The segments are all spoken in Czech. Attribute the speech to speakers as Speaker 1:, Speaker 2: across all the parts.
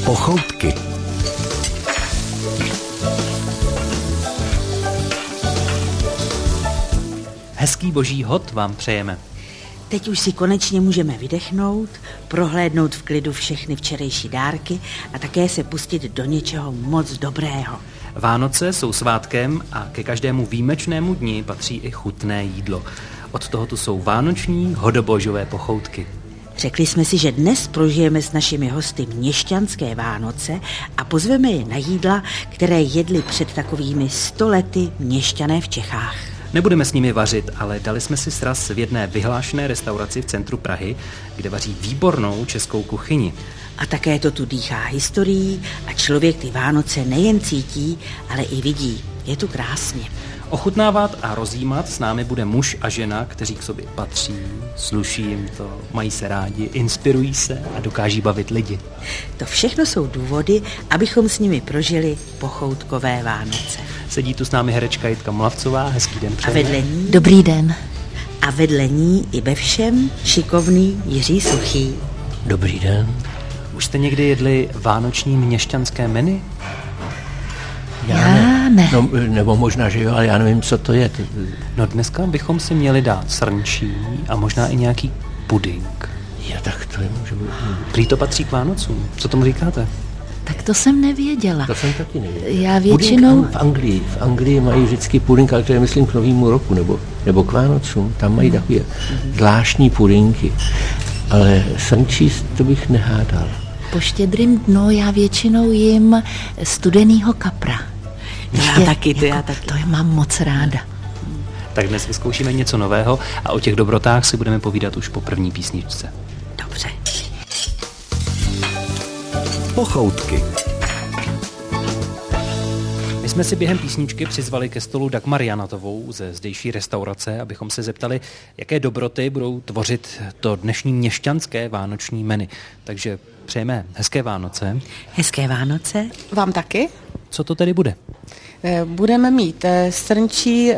Speaker 1: Pochoutky.
Speaker 2: Hezký boží hod vám přejeme.
Speaker 3: Teď už si konečně můžeme vydechnout, prohlédnout v klidu všechny včerejší dárky a také se pustit do něčeho moc dobrého.
Speaker 2: Vánoce jsou svátkem a ke každému výjimečnému dni patří i chutné jídlo. Od toho tu jsou vánoční hodobožové pochoutky.
Speaker 3: Řekli jsme si, že dnes prožijeme s našimi hosty měšťanské Vánoce a pozveme je na jídla, které jedli před takovými 100 lety měšťané v Čechách.
Speaker 2: Nebudeme s nimi vařit, ale dali jsme si sraz v jedné vyhlášené restauraci v centru Prahy, kde vaří výbornou českou kuchyni.
Speaker 3: A také to tu dýchá historií a člověk ty Vánoce nejen cítí, ale i vidí. Je tu krásně.
Speaker 2: Ochutnávat a rozjímat s námi bude muž a žena, kteří k sobě patří, sluší jim to, mají se rádi, inspirují se a dokáží bavit lidi.
Speaker 3: To všechno jsou důvody, abychom s nimi prožili pochoutkové Vánoce.
Speaker 2: Sedí tu s námi herečka Jitka Molavcová, hezký den přeji.
Speaker 3: A vedle ní...
Speaker 4: Dobrý den.
Speaker 3: A vedle ní i ve všem šikovný Jiří Suchý.
Speaker 5: Dobrý den.
Speaker 2: Už jste někdy jedli vánoční měšťanské menu?
Speaker 4: Já ne.
Speaker 5: No, nebo možná, že jo, ale já nevím, co to je.
Speaker 2: No dneska bychom si měli dát srnčí a možná i nějaký puding.
Speaker 5: Já tak to je, může být.
Speaker 2: Prý to patří k Vánocům. Co tomu říkáte?
Speaker 4: Tak to jsem nevěděla.
Speaker 5: To jsem taky nevěděl.
Speaker 4: Já většinou...
Speaker 5: Puding, v Anglii mají vždycky puding, ale to je, myslím, k novému roku, nebo k Vánocům. Tam mají takové zvláštní pudinky. Ale srnčí to bych nehádal.
Speaker 4: Po Štědrým dnu já většinou jim studenýho kapra.
Speaker 3: Já taky.
Speaker 4: To je mám moc ráda.
Speaker 2: Tak dnes vyzkoušíme něco nového a o těch dobrotách si budeme povídat už po první písničce.
Speaker 3: Dobře.
Speaker 1: Pochoutky.
Speaker 2: My jsme si během písničky přizvali ke stolu Dagmar Janatovou ze zdejší restaurace, abychom se zeptali, jaké dobroty budou tvořit to dnešní měšťanské vánoční menu. Takže přejeme hezké Vánoce.
Speaker 3: Hezké Vánoce.
Speaker 6: Vám taky?
Speaker 2: Co to tedy bude?
Speaker 6: Budeme mít srnčí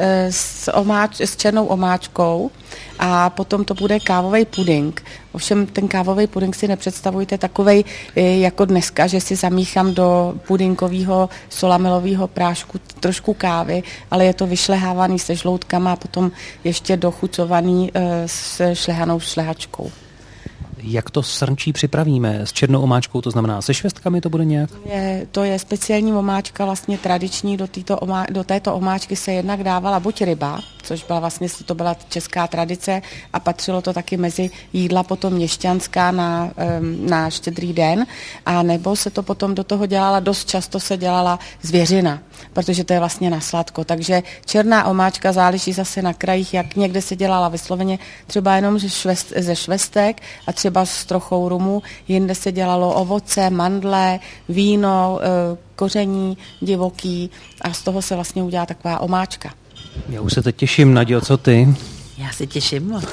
Speaker 6: s černou omáčkou a potom to bude kávový puding. Ovšem ten kávový puding si nepředstavujte takovej jako dneska, že si zamíchám do pudingového solamelového prášku trošku kávy, ale je to vyšlehávaný se žloutkama a potom ještě dochucovaný s šlehanou šlehačkou.
Speaker 2: Jak to srnčí připravíme? S černou omáčkou, to znamená se švestkami to bude nějak?
Speaker 6: To je speciální omáčka, vlastně tradiční, do této omáčky se jednak dávala buď ryba, což byla vlastně, to byla česká tradice a patřilo to taky mezi jídla potom měšťanská na Štědrý den, a nebo se to potom do toho dělala, dost často se dělala zvěřina, protože to je vlastně na sladko, takže černá omáčka záleží zase na krajích, jak někde se dělala vysloveně třeba jenom ze švestek a třeba s trochou rumu, jinde se dělalo ovoce, mandle, víno, koření divoký a z toho se vlastně udělá taková omáčka.
Speaker 2: Já už se teď těším, Naďo, co ty?
Speaker 3: Já se těším moc.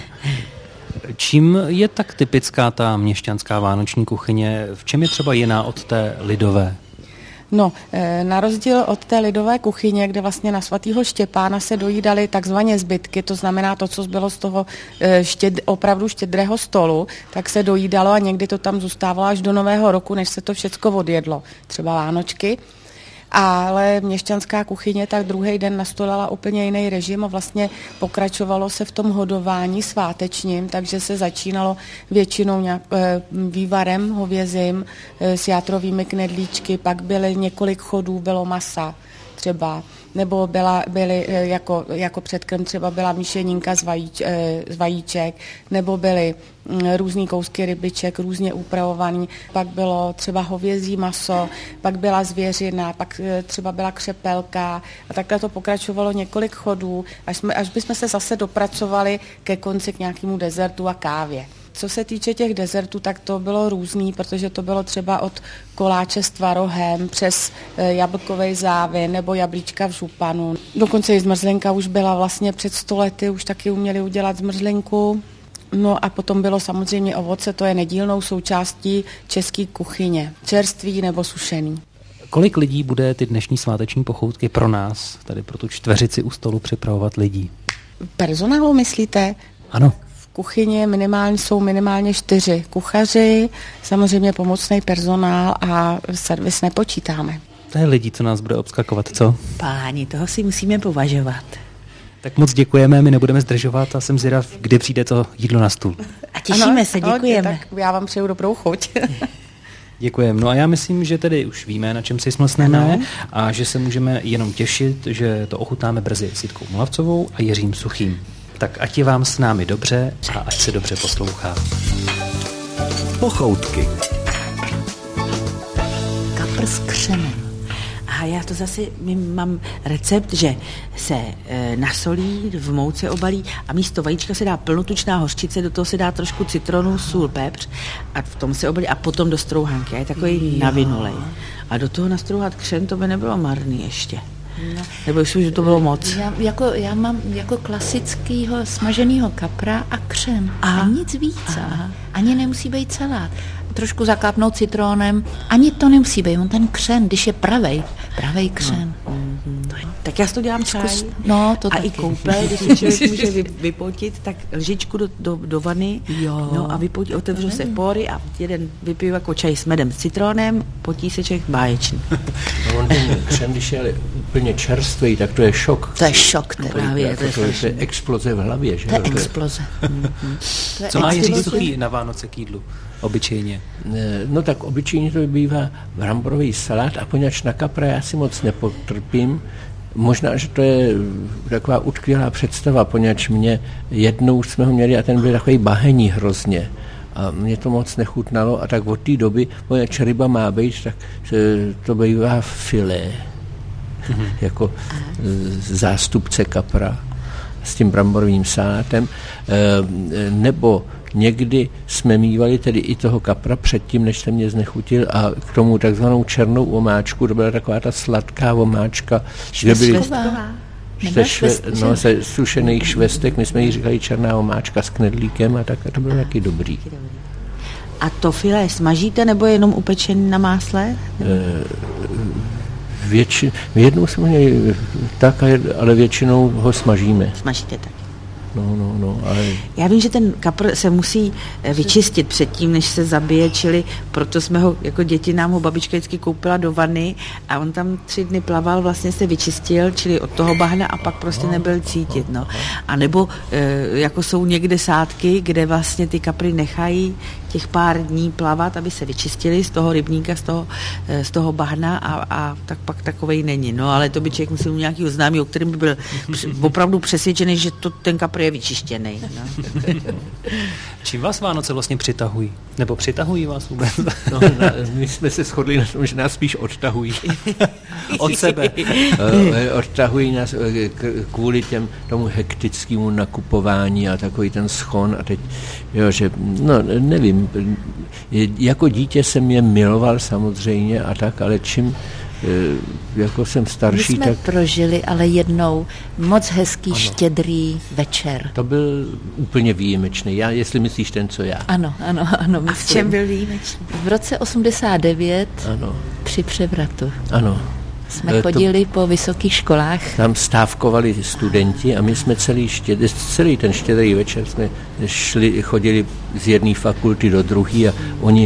Speaker 2: Čím je tak typická ta měšťanská vánoční kuchyně? V čem je třeba jiná od té lidové?
Speaker 6: No, na rozdíl od té lidové kuchyně, kde vlastně na svatýho Štěpána se dojídaly takzvaně zbytky, to znamená to, co zbylo z toho opravdu štědrého stolu, tak se dojídalo a někdy to tam zůstávalo až do Nového roku, než se to všecko odjedlo, třeba Vánočky. Ale měšťanská kuchyně tak druhý den nastolila úplně jiný režim a vlastně pokračovalo se v tom hodování svátečním, takže se začínalo většinou vývarem hovězím s játrovými knedlíčky, pak byly několik chodů, bylo masa třeba, nebo byly jako předkrm třeba byla míšeninka z vajíček, nebo byly různý kousky rybiček, různě upravovaný, pak bylo třeba hovězí maso, pak byla zvěřina, pak třeba byla křepelka a takhle to pokračovalo několik chodů, až bychom se zase dopracovali ke konci k nějakému dezertu a kávě. Co se týče těch dezertů, tak to bylo různý, protože to bylo třeba od koláče s tvarohem přes jablkový závin nebo jablíčka v županu. Dokonce i zmrzlinka už byla vlastně před 100 lety, už taky uměli udělat zmrzlinku. No a potom bylo samozřejmě ovoce, to je nedílnou součástí české kuchyně, čerstvý nebo sušený.
Speaker 2: Kolik lidí bude ty dnešní sváteční pochoutky pro nás, tady pro tu čtveřici u stolu připravovat lidí?
Speaker 6: Personálu myslíte?
Speaker 2: Ano.
Speaker 6: V kuchyni jsou minimálně 4 kuchaři, samozřejmě pomocný personál a servis nepočítáme.
Speaker 2: To je lidí, co nás bude obskakovat, co?
Speaker 3: Páni, toho si musíme považovat.
Speaker 2: Tak moc děkujeme, my nebudeme zdržovat a jsem zvědav, kdy přijde to jídlo na stůl.
Speaker 3: A těšíme se, děkujeme.
Speaker 6: Tak já vám přeju dobrou chuť.
Speaker 2: Děkujeme. No a já myslím, že tedy už víme, na čem si smlsneme a že se můžeme jenom těšit, že to ochutnáme brzy s Jitkou Molavcovou a Jiřím Suchým. Tak ať je vám s námi dobře a ať se dobře poslouchá.
Speaker 1: Pochoutky.
Speaker 4: Kapr s křenem.
Speaker 3: A já to zase mám recept, že se nasolí, v mouce obalí a místo vajíčka se dá plnotučná hořčice, do toho se dá trošku citronu, sůl, pepř a v tom se obalí a potom do strouhanky. A je takový navinulej. A do toho nastrouhat křen, to by nebylo marný ještě. No. Nebo už to bylo moc.
Speaker 4: Já mám jako klasického smaženého kapra a křen. A nic víc. Ani nemusí být salát. Trošku zakápnout citronem. Ani to nemusí být. On ten křen, když je pravej křen.
Speaker 3: Tak já si to dělám čaj.
Speaker 4: No, to
Speaker 3: a
Speaker 4: taky.
Speaker 3: i koupel, když se člověk může vypotit, tak lžičku do vany, no a otevřu se pory a jeden vypiju jako čaj s medem, s citronem, potí se člověk báječný.
Speaker 5: No on ten křen, když je úplně čerstvý, tak to je šok.
Speaker 4: To je šok.
Speaker 3: Právě,
Speaker 5: to je exploze v hlavě. Že?
Speaker 4: To je exploze.
Speaker 2: Co má Jiří Suchý na Vánoce k jídlu? Obyčejně.
Speaker 5: No tak obyčejně to bývá bramborový salát a poněvadž na kapra já si moc nepotrpím. Možná, že to je taková utkvělá představa, poněvadž jednou jsme ho měli a ten byl takový bahení hrozně. A mě to moc nechutnalo a tak od té doby, poněvadž ryba má být, tak to bývá filé. Jako zástupce kapra s tím bramborovým salátem. Nebo někdy jsme mívali tedy i toho kapra předtím, než jsem mě znechutil a k tomu takzvanou černou omáčku, to byla taková ta sladká omáčka, kde byly ze sušených švestek, my jsme jí říkali černá omáčka s knedlíkem a tak a to bylo taky dobrý.
Speaker 3: A to filé smažíte nebo je jenom upečený na másle?
Speaker 5: Jednou jsme měli tak, ale většinou ho smažíme.
Speaker 3: Smažíte tak.
Speaker 5: No, ale...
Speaker 3: Já vím, že ten kapr se musí vyčistit předtím, než se zabije, čili proto jsme ho, jako děti nám ho babička vždycky koupila do vany a on tam 3 dny plaval, vlastně se vyčistil, čili od toho bahna a pak prostě nebyl cítit, no. A nebo jako jsou někde sádky, kde vlastně ty kapry nechají těch pár dní plavat, aby se vyčistili z toho rybníka, z toho bahna a tak pak takovej není. No, ale to by člověk musel mít nějaký známý, o kterém by byl opravdu přesvědčený, že ten kapr je vyčištěný. No.
Speaker 2: Čím vás Vánoce vlastně přitahují? Nebo přitahují vás vůbec?
Speaker 5: No, my jsme se shodli na tom, že nás spíš odtahují.
Speaker 2: Od sebe.
Speaker 5: Odtahují nás kvůli tomu hektickému nakupování a takový ten schon a teď, že, nevím, jako dítě jsem je miloval samozřejmě a tak, ale čím jako jsem starší,
Speaker 4: my jsme prožili ale jednou moc hezký štědrý večer.
Speaker 5: To byl úplně výjimečný. Jestli myslíš ten, co já.
Speaker 4: Ano.
Speaker 3: A v čem byl výjimečný?
Speaker 4: V roce 89 při převratu.
Speaker 5: Ano.
Speaker 4: Jsme chodili po vysokých školách.
Speaker 5: Tam stávkovali studenti a my jsme celý ten štědrý večer jsme chodili z jedné fakulty do druhé a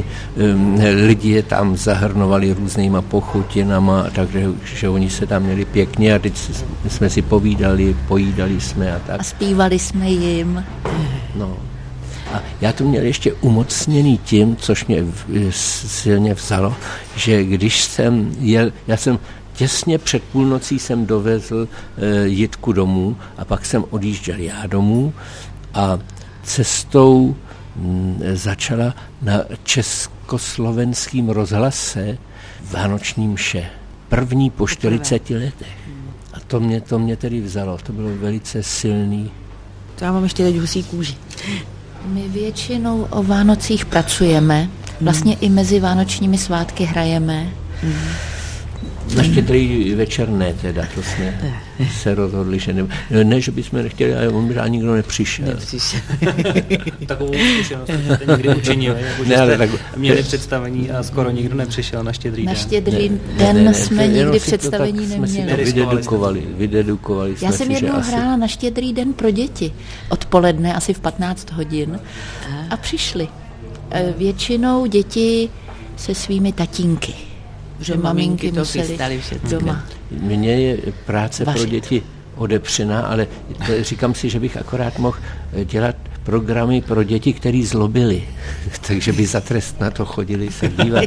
Speaker 5: lidi je tam zahrnovali různýma pochutinama, takže oni se tam měli pěkně a teď jsme si pojídali jsme a tak.
Speaker 4: A zpívali jsme jim.
Speaker 5: No. A já to měl ještě umocněný tím, což mě silně vzalo, že když jsem jel, těsně před půlnocí jsem dovezl Jitku domů a pak jsem odjížděl já domů a cestou začala na československém rozhlase vánoční mše. První po 40 letech. A to mě tedy vzalo. To bylo velice silný.
Speaker 3: To já mám ještě teď husí kůži.
Speaker 4: My většinou o Vánocích pracujeme. Vlastně i mezi vánočními svátky hrajeme.
Speaker 5: Na Štědrý večer ne, teda, to jsme se rozhodli, že ne, že bychom nechtěli, ale možná nikdo nepřišel.
Speaker 2: Takovou zkušenost jste někdy učinili, jako měli představení a skoro nikdo nepřišel na Štědrý den.
Speaker 4: Na Štědrý den jsme nikdy představení neměli.
Speaker 5: Vydedukovali jsme.
Speaker 4: Já jsem jednou hrála na Štědrý den pro děti, odpoledne asi v 15 hodin a přišli. Většinou děti se svými tatínky. Že maminky to museli doma.
Speaker 5: Mně je práce pro děti odepřená, ale říkám si, že bych akorát mohl dělat programy pro děti, které zlobily. Takže by za trest na to chodili se dívat.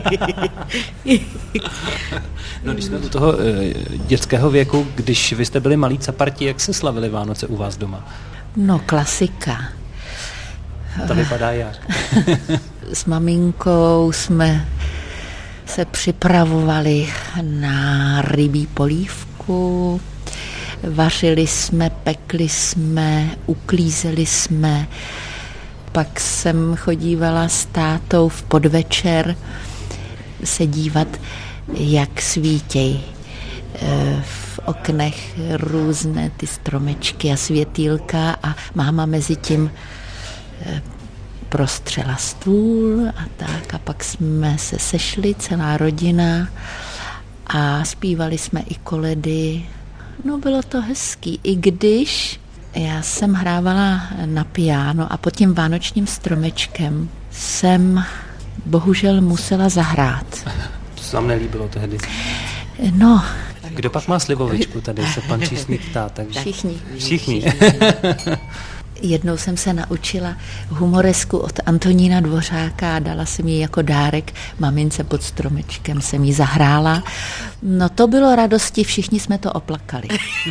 Speaker 2: No, když jsme u toho dětského věku, když vy jste byli malí caparti, jak se slavili Vánoce u vás doma?
Speaker 4: No, klasika.
Speaker 2: To vypadá jak?
Speaker 4: S maminkou jsme se připravovali na rybí polívku, vařili jsme, pekli jsme, uklízeli jsme, pak jsem chodívala s tátou v podvečer se dívat, jak svítěj v oknech různé ty stromečky a světýlka a máma mezi tím prostřela stůl a tak a pak jsme se sešli, celá rodina a zpívali jsme i koledy. No bylo to hezký, i když já jsem hrávala na piano a pod tím vánočním stromečkem jsem bohužel musela zahrát.
Speaker 2: To se vám nelíbilo tehdy?
Speaker 4: No.
Speaker 2: Kdo pak má slivovičku tady, se pan čísník ptá? Takže... Všichni.
Speaker 4: Jednou jsem se naučila humoresku od Antonína Dvořáka a dala jsem ji jako dárek mamince pod stromečkem, jsem ji zahrála. No to bylo radosti, všichni jsme to oplakali.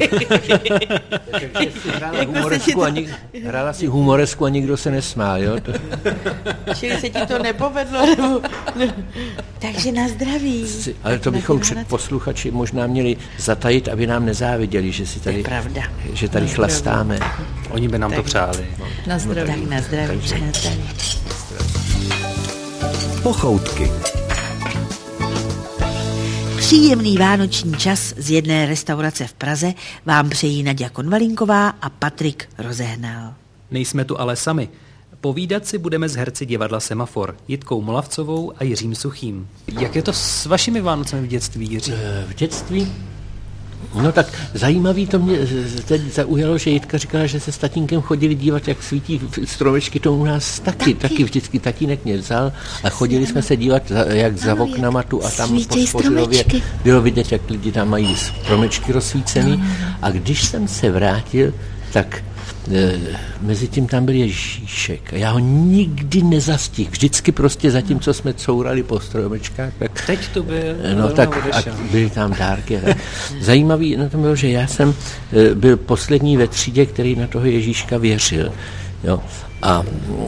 Speaker 5: Hrála si humoresku a nikdo se nesmál, jo?
Speaker 3: Čili se ti to nepovedlo, nebo... Takže na zdraví.
Speaker 5: Ale to bychom před posluchači možná měli zatajit, aby nám nezáviděli, že si tady, že tady chlastáme.
Speaker 2: Oni by nám to přáli.
Speaker 4: Na zdraví.
Speaker 3: Tak na zdraví.
Speaker 1: Pochoutky.
Speaker 3: Příjemný vánoční čas z jedné restaurace v Praze vám přejí Naďa Konvalinková a Patrik Rozehnal.
Speaker 2: Nejsme tu ale sami. Povídat si budeme s herci divadla Semafor, Jitkou Molavcovou a Jiřím Suchým. Jak je to s vašimi Vánocemi v dětství, Jiří?
Speaker 5: V dětství? No tak zajímavý to mě teď zaujalo, že Jitka říkala, že se s tatínkem chodili dívat, jak svítí stromečky, to u nás taky vždycky tatínek mě vzal a chodili jsme se dívat, jak za oknama tu a tam po Spořilově bylo vidět, jak lidi tam mají stromečky rozsvícený. A když jsem se vrátil, tak mezi tím tam byl Ježíšek a já ho nikdy nezastihl. Vždycky prostě za tím, co jsme courali po stromečkách. Tak,
Speaker 2: teď to byl.
Speaker 5: No tak a byly tam dárky. Tak. Zajímavý na tom bylo, že já jsem byl poslední ve třídě, který na toho Ježíška věřil. Jo. A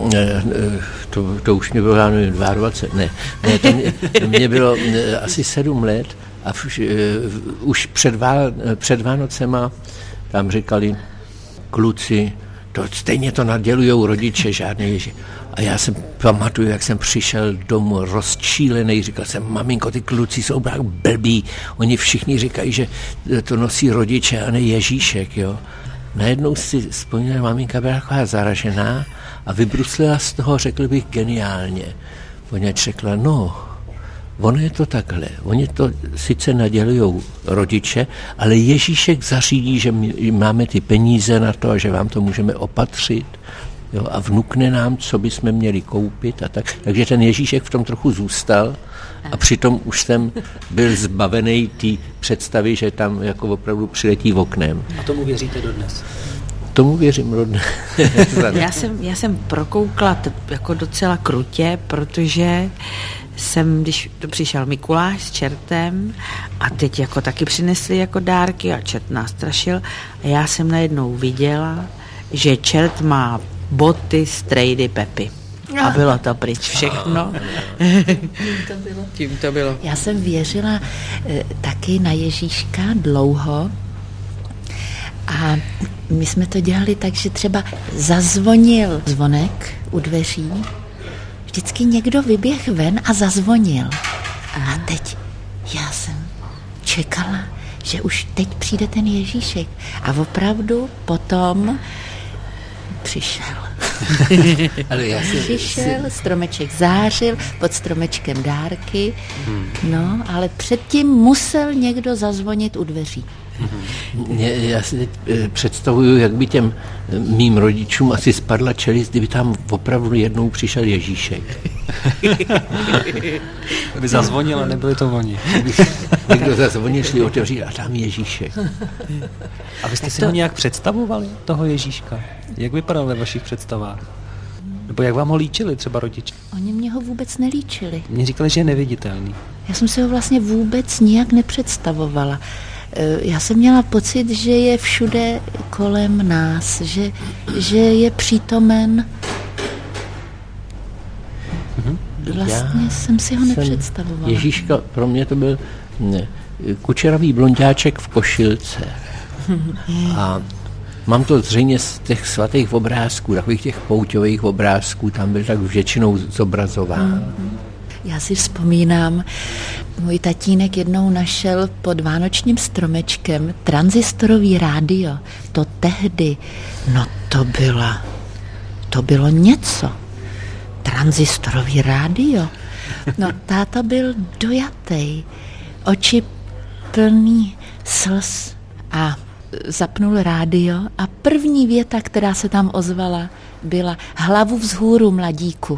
Speaker 5: to už mě bylo 22, ne to mě bylo asi 7 let a už před Vánocema tam říkali kluci, to stejně to nadělujou rodiče, žádný Ježíš. A já jsem pamatuju, jak jsem přišel domů rozčílený, říkal jsem, maminko, ty kluci jsou tak blbí, oni všichni říkají, že to nosí rodiče a ne Ježíšek, jo. Najednou si vzpomínala, maminka byla taková zaražená a vybruslila z toho, řekl bych, geniálně. Poněď řekla, no, ono je to takhle. Oni to sice nadělujou rodiče, ale Ježíšek zařídí, že máme ty peníze na to a že vám to můžeme opatřit, jo, a vnukne nám, co bychom měli koupit a tak. Takže ten Ježíšek v tom trochu zůstal a přitom už jsem byl zbavený té představy, že tam jako opravdu přiletí v oknem.
Speaker 2: A tomu věříte dodnes?
Speaker 5: Tomu věřím rodně.
Speaker 3: Já jsem prokoukla jako docela krutě, protože když to přišel Mikuláš s čertem a teď jako taky přinesli jako dárky a čert nás strašil a já jsem najednou viděla, že čert má boty z Trejdy Pepy. A bylo to pryč všechno. Tím to bylo.
Speaker 4: Já jsem věřila taky na Ježíška dlouho a my jsme to dělali tak, že třeba zazvonil zvonek u dveří, vždycky někdo vyběh ven a zazvonil. A teď já jsem čekala, že už teď přijde ten Ježíšek. A opravdu potom přišel. Přišel, stromeček zářil, pod stromečkem dárky, no, ale předtím musel někdo zazvonit u dveří.
Speaker 5: Já si teď představuju, jak by těm mým rodičům asi spadla čelist, kdyby tam opravdu jednou přišel Ježíšek.
Speaker 2: By zazvonil a nebyli to oni.
Speaker 5: Někdo zazvonil, šli otevřít a tam Ježíšek.
Speaker 2: A vy jste si ho nějak představovali, toho Ježíška? Jak vypadal ve vašich představách? Nebo jak vám ho líčili třeba rodiče?
Speaker 4: Oni mě ho vůbec nelíčili.
Speaker 2: Mně říkali, že je neviditelný.
Speaker 4: Já jsem si ho vlastně vůbec nijak nepředstavovala. Já jsem měla pocit, že je všude kolem nás, že je přítomen. Vlastně jsem si ho nepředstavovala.
Speaker 5: Ježíška pro mě to byl kučeravý blonďáček v košilce. A mám to zřejmě z těch svatých obrázků, takových těch pouťových obrázků, tam byl tak většinou zobrazován.
Speaker 4: Já si vzpomínám, můj tatínek jednou našel pod vánočním stromečkem tranzistorový rádio. To tehdy, no to bylo něco. Tranzistorový rádio. No, táta byl dojatej, oči plný slz a zapnul rádio a první věta, která se tam ozvala, byla hlavu vzhůru, mladíku.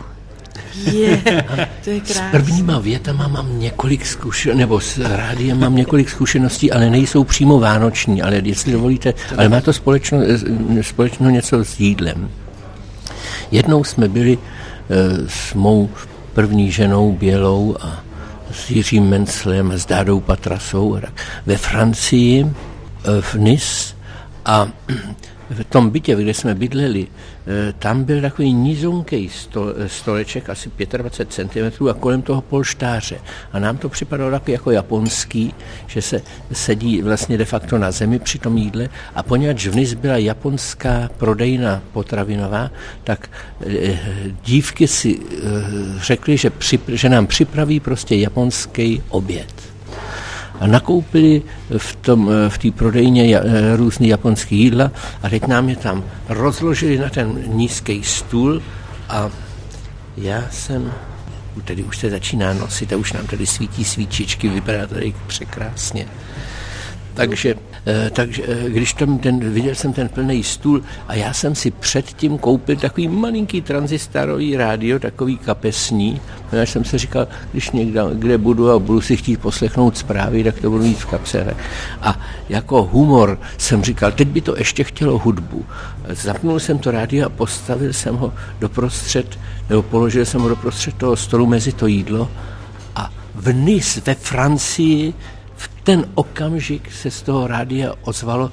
Speaker 3: To je krásné.
Speaker 5: S prvníma větama mám několik zkušeností, nebo s rádiem mám několik zkušeností, ale nejsou přímo vánoční, ale jestli dovolíte, ale má to společného něco s jídlem. Jednou jsme byli s mou první ženou Bělou a s Jiřím Menclem a s Dádou Patrasou ve Francii, v Nice, a v tom bytě, kde jsme bydleli, tam byl takový nizonký stoleček, asi 25 cm a kolem toho polštáře. A nám to připadalo takový jako japonský, že se sedí vlastně de facto na zemi při tom jídle, a poněvadž v Nice byla japonská prodejna potravinová, tak dívky si řekly, že nám připraví prostě japonský oběd. A nakoupili v té prodejně různý japonský jídla a teď nám je tam rozložili na ten nízký stůl a já jsem, tedy už se začíná nosit a už nám tady svítí svíčičky, vypadá tady překrásně. Takže když viděl jsem ten plný stůl a já jsem si předtím koupil takový malinký tranzistorový rádio, takový kapesní, protože jsem si říkal, když někde kde budu a budu si chtít poslechnout zprávy, tak to budu mít v kapse. A jako humor jsem říkal, teď by to ještě chtělo hudbu. Zapnul jsem to rádio a postavil jsem ho doprostřed, nebo položil jsem ho doprostřed toho stolu mezi to jídlo a v Nice ve Francii v ten okamžik se z toho rádia ozvalo,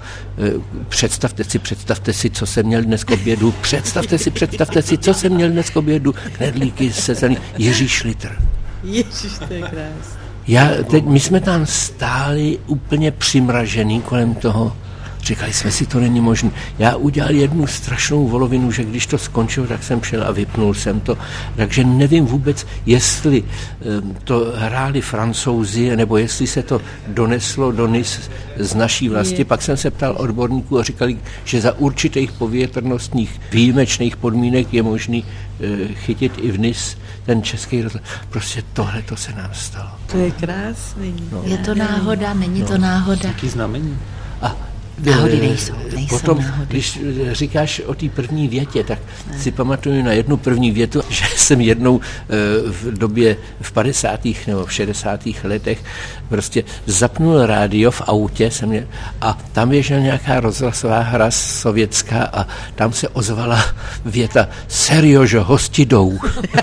Speaker 5: představte si, co jsem měl dnes k obědu, představte si, co jsem měl dnes k obědu, knedlíky se zelí, Jiří Šlitr.
Speaker 3: Ježiš, to je krásné.
Speaker 5: My jsme tam stáli úplně přimražený kolem toho, říkali jsme si, to není možné. Já udělal jednu strašnou volovinu, že když to skončilo, tak jsem šel a vypnul jsem to. Takže nevím vůbec, jestli to hráli Francouzi, nebo jestli se to doneslo do Nice z naší vlasti. Pak jsem se ptal odborníků a říkali, že za určitých povětrnostních výjimečných podmínek je možný chytit i v Nice ten český rozhlas. Prostě tohle to se nám stalo.
Speaker 3: To je krásný.
Speaker 4: No. Je to náhoda, není to náhoda.
Speaker 2: Jaký znamení?
Speaker 4: Náhody nejsou
Speaker 5: potom,
Speaker 4: náhody.
Speaker 5: Když říkáš o té první větě, tak si pamatuju na jednu první větu, že jsem jednou v době v 50. nebo v 60. letech prostě zapnul rádio v autě a tam běžela nějaká rozhlasová hra sovětská a tam se ozvala věta Seriožo, hosti jdou.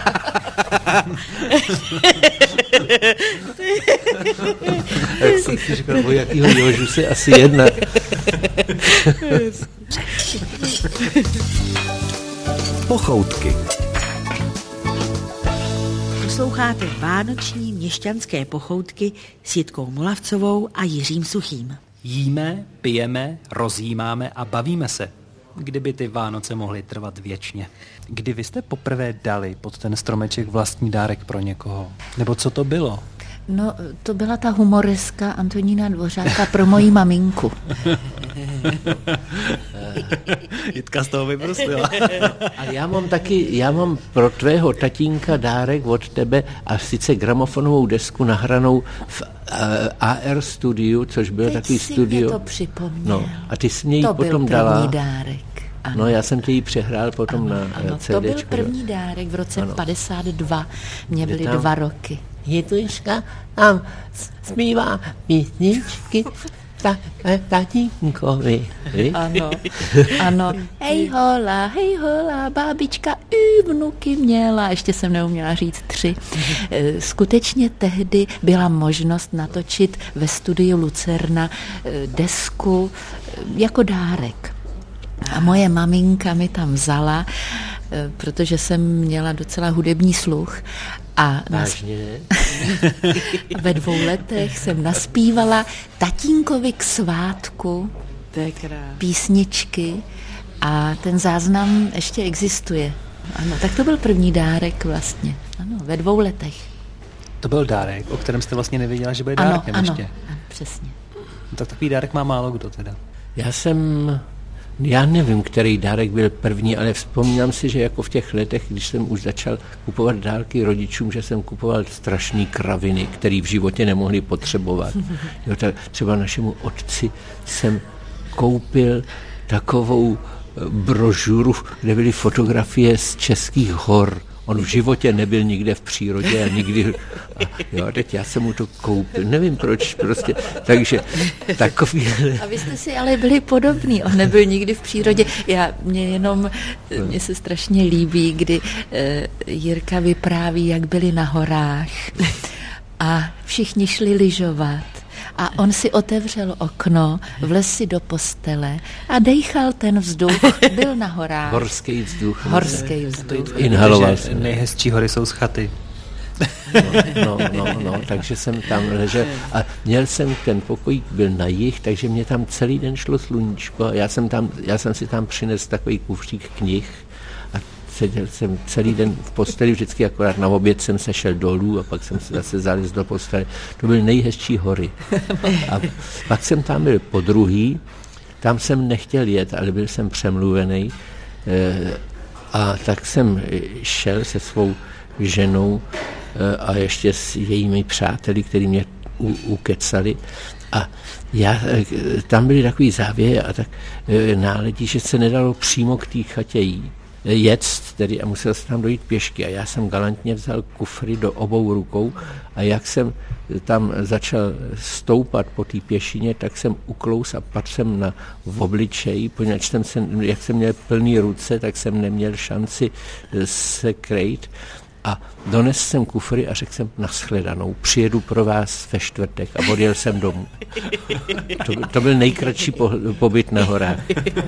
Speaker 5: Tak jsem si říkal, o jakýho Jožu se asi jedná.
Speaker 1: Pochoutky.
Speaker 3: Posloucháte vánoční měšťanské pochoutky s Jitkou Molavcovou a Jiřím Suchým.
Speaker 2: Jíme, pijeme, rozjímáme a bavíme se. Kdyby ty Vánoce mohly trvat věčně. Kdy vy jste poprvé dali pod ten stromeček vlastní dárek pro někoho? Nebo co to bylo?
Speaker 4: No, to byla ta humoreska Antonína Dvořáka pro moji maminku.
Speaker 2: Jitka z toho vyprostila.
Speaker 5: A já mám pro tvého tatínka dárek od tebe, a sice gramofonovou desku nahranou v AR studiu, což byl takový studio.
Speaker 4: Teď si mě to připomněl.
Speaker 5: No, a ty jsi mě ji potom dala.
Speaker 4: To byl první dárek. Ano.
Speaker 5: No, já jsem tě ji přehrál potom na CDčku.
Speaker 4: To byl první dárek v roce 52. Mě byly 2 roky.
Speaker 5: Jituška tam zpívá písničky tatínkovi.
Speaker 4: Ano. Hej hola, bábička vnuky měla. Ještě jsem neuměla říct 3. Skutečně tehdy byla možnost natočit ve studiu Lucerna desku jako dárek. A moje maminka mi tam vzala, protože jsem měla docela hudební sluch. A ve 2 letech jsem naspívala tatínkovi k svátku písničky a ten záznam ještě existuje. Ano, tak to byl první dárek vlastně. Ano, ve 2 letech.
Speaker 2: To byl dárek, o kterém jste vlastně nevěděla, že bude dárkem ještě.
Speaker 4: Ano, přesně.
Speaker 2: No, tak takový dárek má málo kdo teda.
Speaker 5: Já nevím, který dárek byl první, ale vzpomínám si, že jako v těch letech, když jsem už začal kupovat dárky rodičům, že jsem kupoval strašný kraviny, který v životě nemohli potřebovat. Jo, tak třeba našemu otci jsem koupil takovou brožuru, kde byly fotografie z českých hor. On v životě nebyl nikde v přírodě a nikdy... A teď já jsem mu to koupil. Nevím proč, prostě. Takže takový...
Speaker 4: A vy jste si ale byli podobný. On nebyl nikdy v přírodě. Mně se strašně líbí, kdy Jirka vypráví, jak byli na horách a všichni šli lyžovat. A on si otevřel okno, vlez si do postele a dejchal ten vzduch. Byl na horách.
Speaker 5: Horský vzduch.
Speaker 2: Inhaloval. Nejhezčí hory jsou z chaty.
Speaker 5: No, takže jsem tam ležel a měl jsem ten pokojík, byl na jih, takže mě tam celý den šlo sluníčko a já jsem si tam přinesl takový kufřík knih a seděl jsem celý den v posteli, vždycky akorát na oběd jsem se šel dolů a pak jsem se zase zalez do postele. To byly nejhezčí hory. A pak jsem tam byl podruhý, tam jsem nechtěl jet, ale byl jsem přemluvený a tak jsem šel se svou ženou a ještě s jejími přáteli, kteří mě ukecali. A tam byly takový závěry a tak náledí, že se nedalo přímo k té chatě jet, tedy a musel jsem tam dojít pěšky. A já jsem galantně vzal kufry do obou rukou a jak jsem tam začal stoupat po té pěšině, tak jsem uklous a padl jsem v obličeji, poněvadž jak jsem měl plný ruce, tak jsem neměl šanci se krejt. A donesl jsem kufry a řekl jsem nashledanou, přijedu pro vás ve čtvrtek a odjel jsem domů. To byl nejkratší pobyt na horách.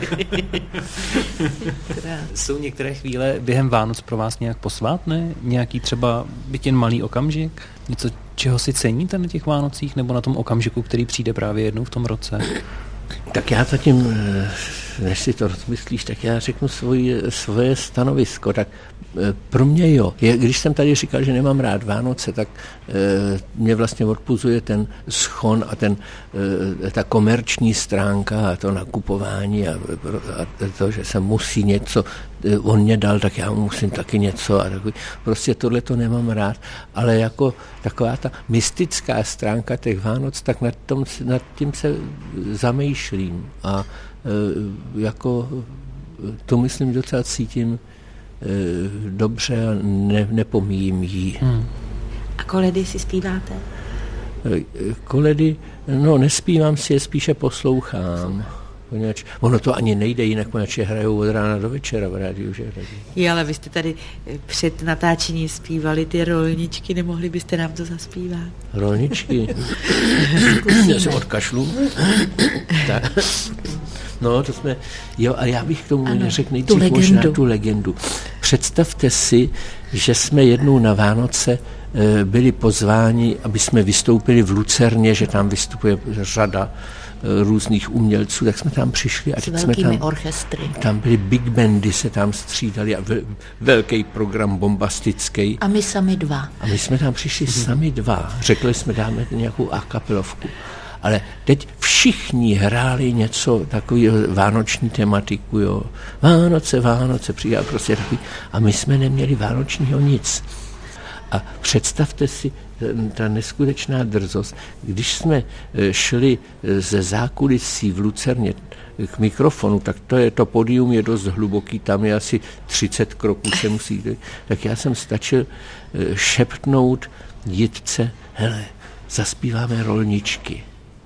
Speaker 2: Jsou některé chvíle během Vánoc pro vás nějak posvátné? Nějaký třeba byť jen malý okamžik? Něco, čeho si ceníte na těch Vánocích nebo na tom okamžiku, který přijde právě jednou v tom roce?
Speaker 5: Tak já zatím, než si to rozmyslíš, tak já řeknu svoje stanovisko. Tak pro mě jo. Když jsem tady říkal, že nemám rád Vánoce, tak mě vlastně odpuzuje ten schon a ta komerční stránka a to nakupování a to, že se musí něco, on mě dal, tak já musím taky něco a takový. Prostě tohle to nemám rád, ale jako taková ta mystická stránka těch Vánoc, tak nad tím se zamýšlím a jako to myslím docela cítím dobře a nepomíjím jí.
Speaker 3: A koledy si zpíváte?
Speaker 5: Koledy, nespívám si je, spíše poslouchám. Ono to ani nejde jinak, poněvadž je hrajou od rána do večera v rádiu, že?
Speaker 3: Jo, ale vy jste tady před natáčením zpívali ty rolničky, nemohli byste nám to zaspívat?
Speaker 5: Rolničky? Já se odkašlu. Tak. No, to jsme... Jo, a já bych k tomu řekl nejdřív možná tu legendu. Představte si, že jsme jednou na Vánoce byli pozváni, aby jsme vystoupili v Lucerně, že tam vystupuje řada různých umělců, tak jsme tam přišli. A
Speaker 4: s velkými orchestry.
Speaker 5: Tam byly big bandy, se tam střídali a velký program bombastický.
Speaker 4: A my sami dva.
Speaker 5: A my jsme tam přišli sami dva. Řekli jsme, dáme nějakou a kapelovku. Ale teď všichni hráli něco takového vánoční tematiku, jo. Vánoce, přijel prostě takový. A my jsme neměli vánočního nic. A představte si ta neskutečná drzost, když jsme šli ze zákulisí v Lucerně k mikrofonu, tak to pódium je dost hluboký, tam je asi 30 kroků se musí, tak já jsem stačil šeptnout Jitce, hele, zaspíváme Rolničky.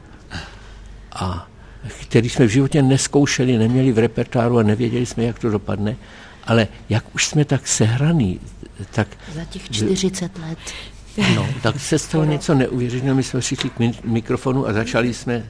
Speaker 5: A který jsme v životě neskoušeli, neměli v repertoáru a nevěděli jsme, jak to dopadne, ale jak už jsme tak sehraný, tak...
Speaker 4: Za těch 40 let.
Speaker 5: No, tak se stalo něco neuvěřitelného. My jsme přišli k mikrofonu a začali jsme...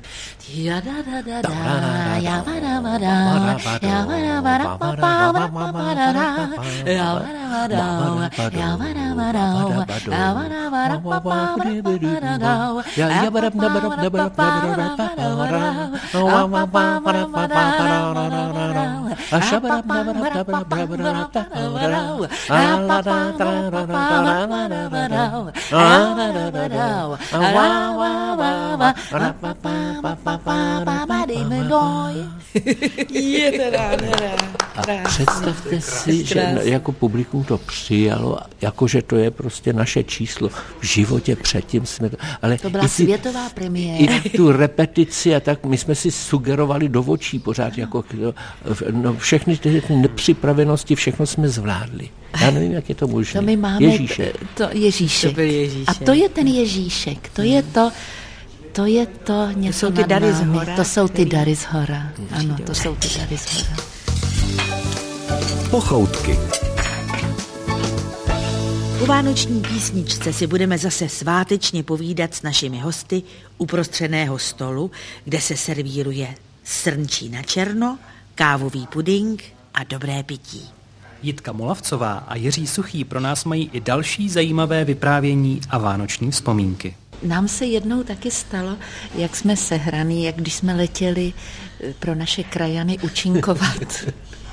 Speaker 5: A představte si, že jako publikum to přijalo, jakože to je prostě naše číslo. V životě předtím jsme to... Ale
Speaker 4: to byla světová premiéra.
Speaker 5: I tu repetici a tak, my jsme si sugerovali do očí pořád, jako, no, všechny ty nepřipravenosti, všechno jsme zvládli. Já nevím, jak je to možné.
Speaker 4: To my máme Ježíšek.
Speaker 3: To byl Ježíšek.
Speaker 4: A to je ten Ježíšek. To je to něco
Speaker 3: to jsou ty dary z hora.
Speaker 4: To jsou ty dary z hora. Ano, to jsou ty dary z hora.
Speaker 1: Pochoutky.
Speaker 3: U vánoční písničce si budeme zase svátečně povídat s našimi hosty u prostřeného stolu, kde se servíruje srnčí na černo, kávový puding a dobré pití.
Speaker 2: Jitka Molavcová a Jiří Suchý pro nás mají i další zajímavé vyprávění a vánoční vzpomínky.
Speaker 4: Nám se jednou taky stalo, jak jsme sehraný, jak když jsme letěli pro naše krajany účinkovat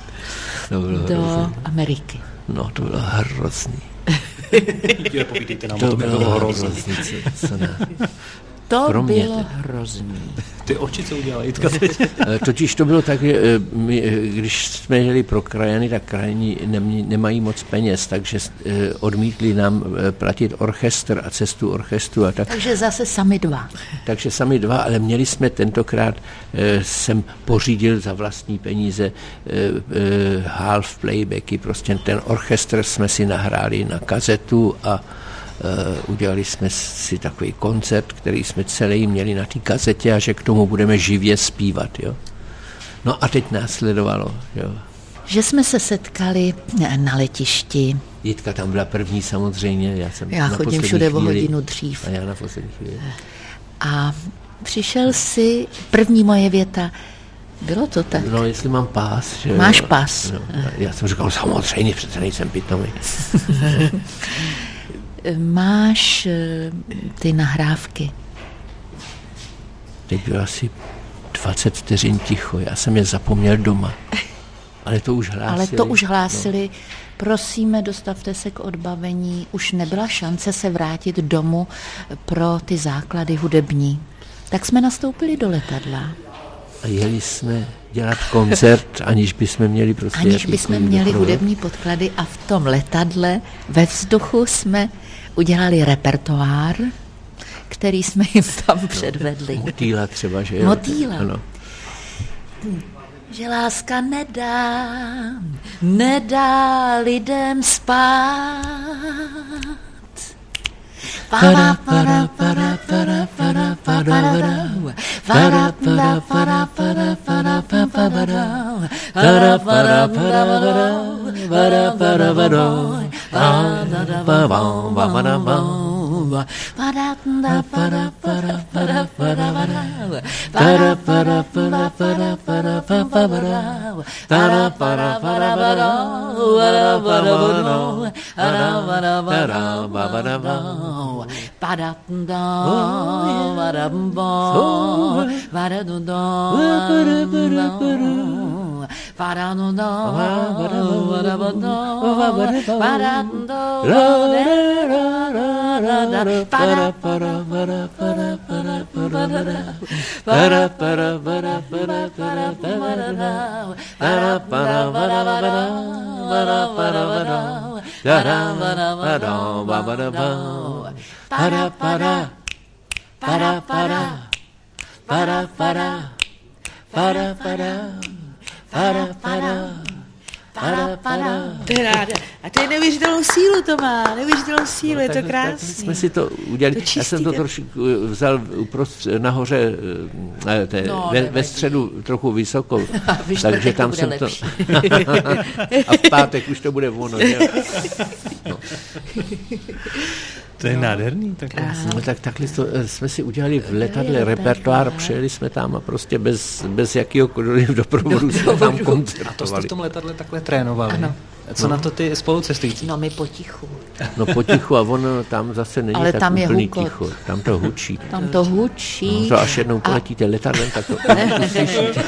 Speaker 4: do Ameriky.
Speaker 5: No, to bylo hrozný.
Speaker 2: Povídejte nám,
Speaker 5: to bylo hrozný.
Speaker 4: To bylo hrozný.
Speaker 2: Ty oči, co udělala Jitka teď?
Speaker 5: Totiž to bylo tak, že když jsme jeli pro krajany, tak krajani nemají moc peněz, takže odmítli nám platit orchestr a cestu orchestru. A tak.
Speaker 4: Takže zase sami dva,
Speaker 5: ale měli jsme tentokrát, jsem pořídil za vlastní peníze half playbacky, prostě ten orchestr jsme si nahráli na kazetu a udělali jsme si takový koncert, který jsme celý měli na té kazetě a že k tomu budeme živě zpívat. Jo? No a teď následovalo. Jo?
Speaker 4: Že jsme se setkali na letišti.
Speaker 5: Jitka tam byla první samozřejmě.
Speaker 4: Já chodím všude o hodinu dřív.
Speaker 5: A já na poslední chvíli.
Speaker 4: A přišel si, první moje věta, bylo to tak?
Speaker 5: No, jestli mám pás. Že
Speaker 4: máš pás.
Speaker 5: No, já jsem říkal, samozřejmě, přece nejsem pitomý.
Speaker 4: Máš ty nahrávky.
Speaker 5: Teď bylo asi 20 vteřin ticho, já jsem je zapomněl doma. Ale to už hlásili. No.
Speaker 4: Prosíme, dostavte se k odbavení. Už nebyla šance se vrátit domů pro ty základy hudební. Tak jsme nastoupili do letadla.
Speaker 5: A jeli jsme dělat koncert, aniž bychom měli
Speaker 4: hudební podklady a v tom letadle ve vzduchu jsme udělali repertoár, který jsme jim tam předvedli.
Speaker 5: Motýla třeba, že jo?
Speaker 4: Motýla. Ano. Že láska nedá lidem spát.
Speaker 3: A to je neuvěřitelnou sílu to má, neuvěřitelnou sílu, no, je to krásné.
Speaker 5: Tak jsme si to udělali, já jsem to trošku vzal nahoře, ve středu trochu vysoko, takže tam jsem to... A v pátek už to bude ono, že? No.
Speaker 2: To je nádherný.
Speaker 5: No, tak takhle jsme si udělali v letadle repertoár, přijeli jsme tam a prostě bez jakýhokoliv doprovodu jsme tam koncertovali.
Speaker 2: A to jste v tom letadle takhle trénovali?
Speaker 4: Ano.
Speaker 2: Co na to ty spolucestující?
Speaker 4: No my potichu.
Speaker 5: No potichu a ono tam zase není
Speaker 4: ale
Speaker 5: tak
Speaker 4: tam
Speaker 5: úplný
Speaker 4: je
Speaker 5: ticho. Tam to hučí.
Speaker 4: Tam to hučí.
Speaker 5: No, to až jednou poletíte letadlem, tak to uslyšíte.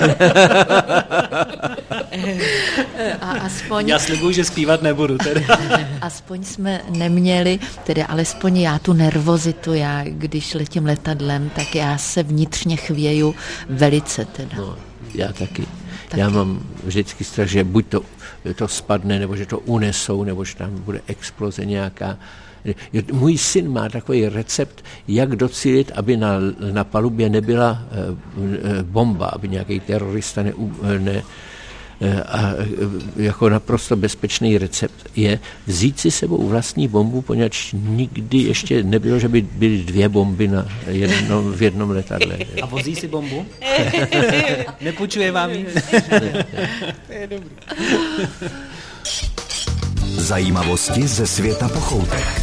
Speaker 4: A aspoň...
Speaker 2: Já slibuju, že zpívat nebudu tedy.
Speaker 4: Aspoň jsme neměli, tedy alespoň já tu nervozitu, když letím letadlem, tak já se vnitřně chvěju velice teda.
Speaker 5: No, já taky. Já mám vždycky strach, že buď to spadne, nebo že to unesou, nebo že tam bude exploze nějaká. Můj syn má takový recept, jak docílit, aby na palubě nebyla bomba, aby nějaký terorista a jako naprosto bezpečný recept je vzít si sebou vlastní bombu, poněvadž nikdy ještě nebylo, že by byly 2 bomby v jednom letadle.
Speaker 2: A vozí si bombu? Nepůjčuje vám ji?
Speaker 3: To je dobrý.
Speaker 1: Zajímavosti ze světa pochoutek.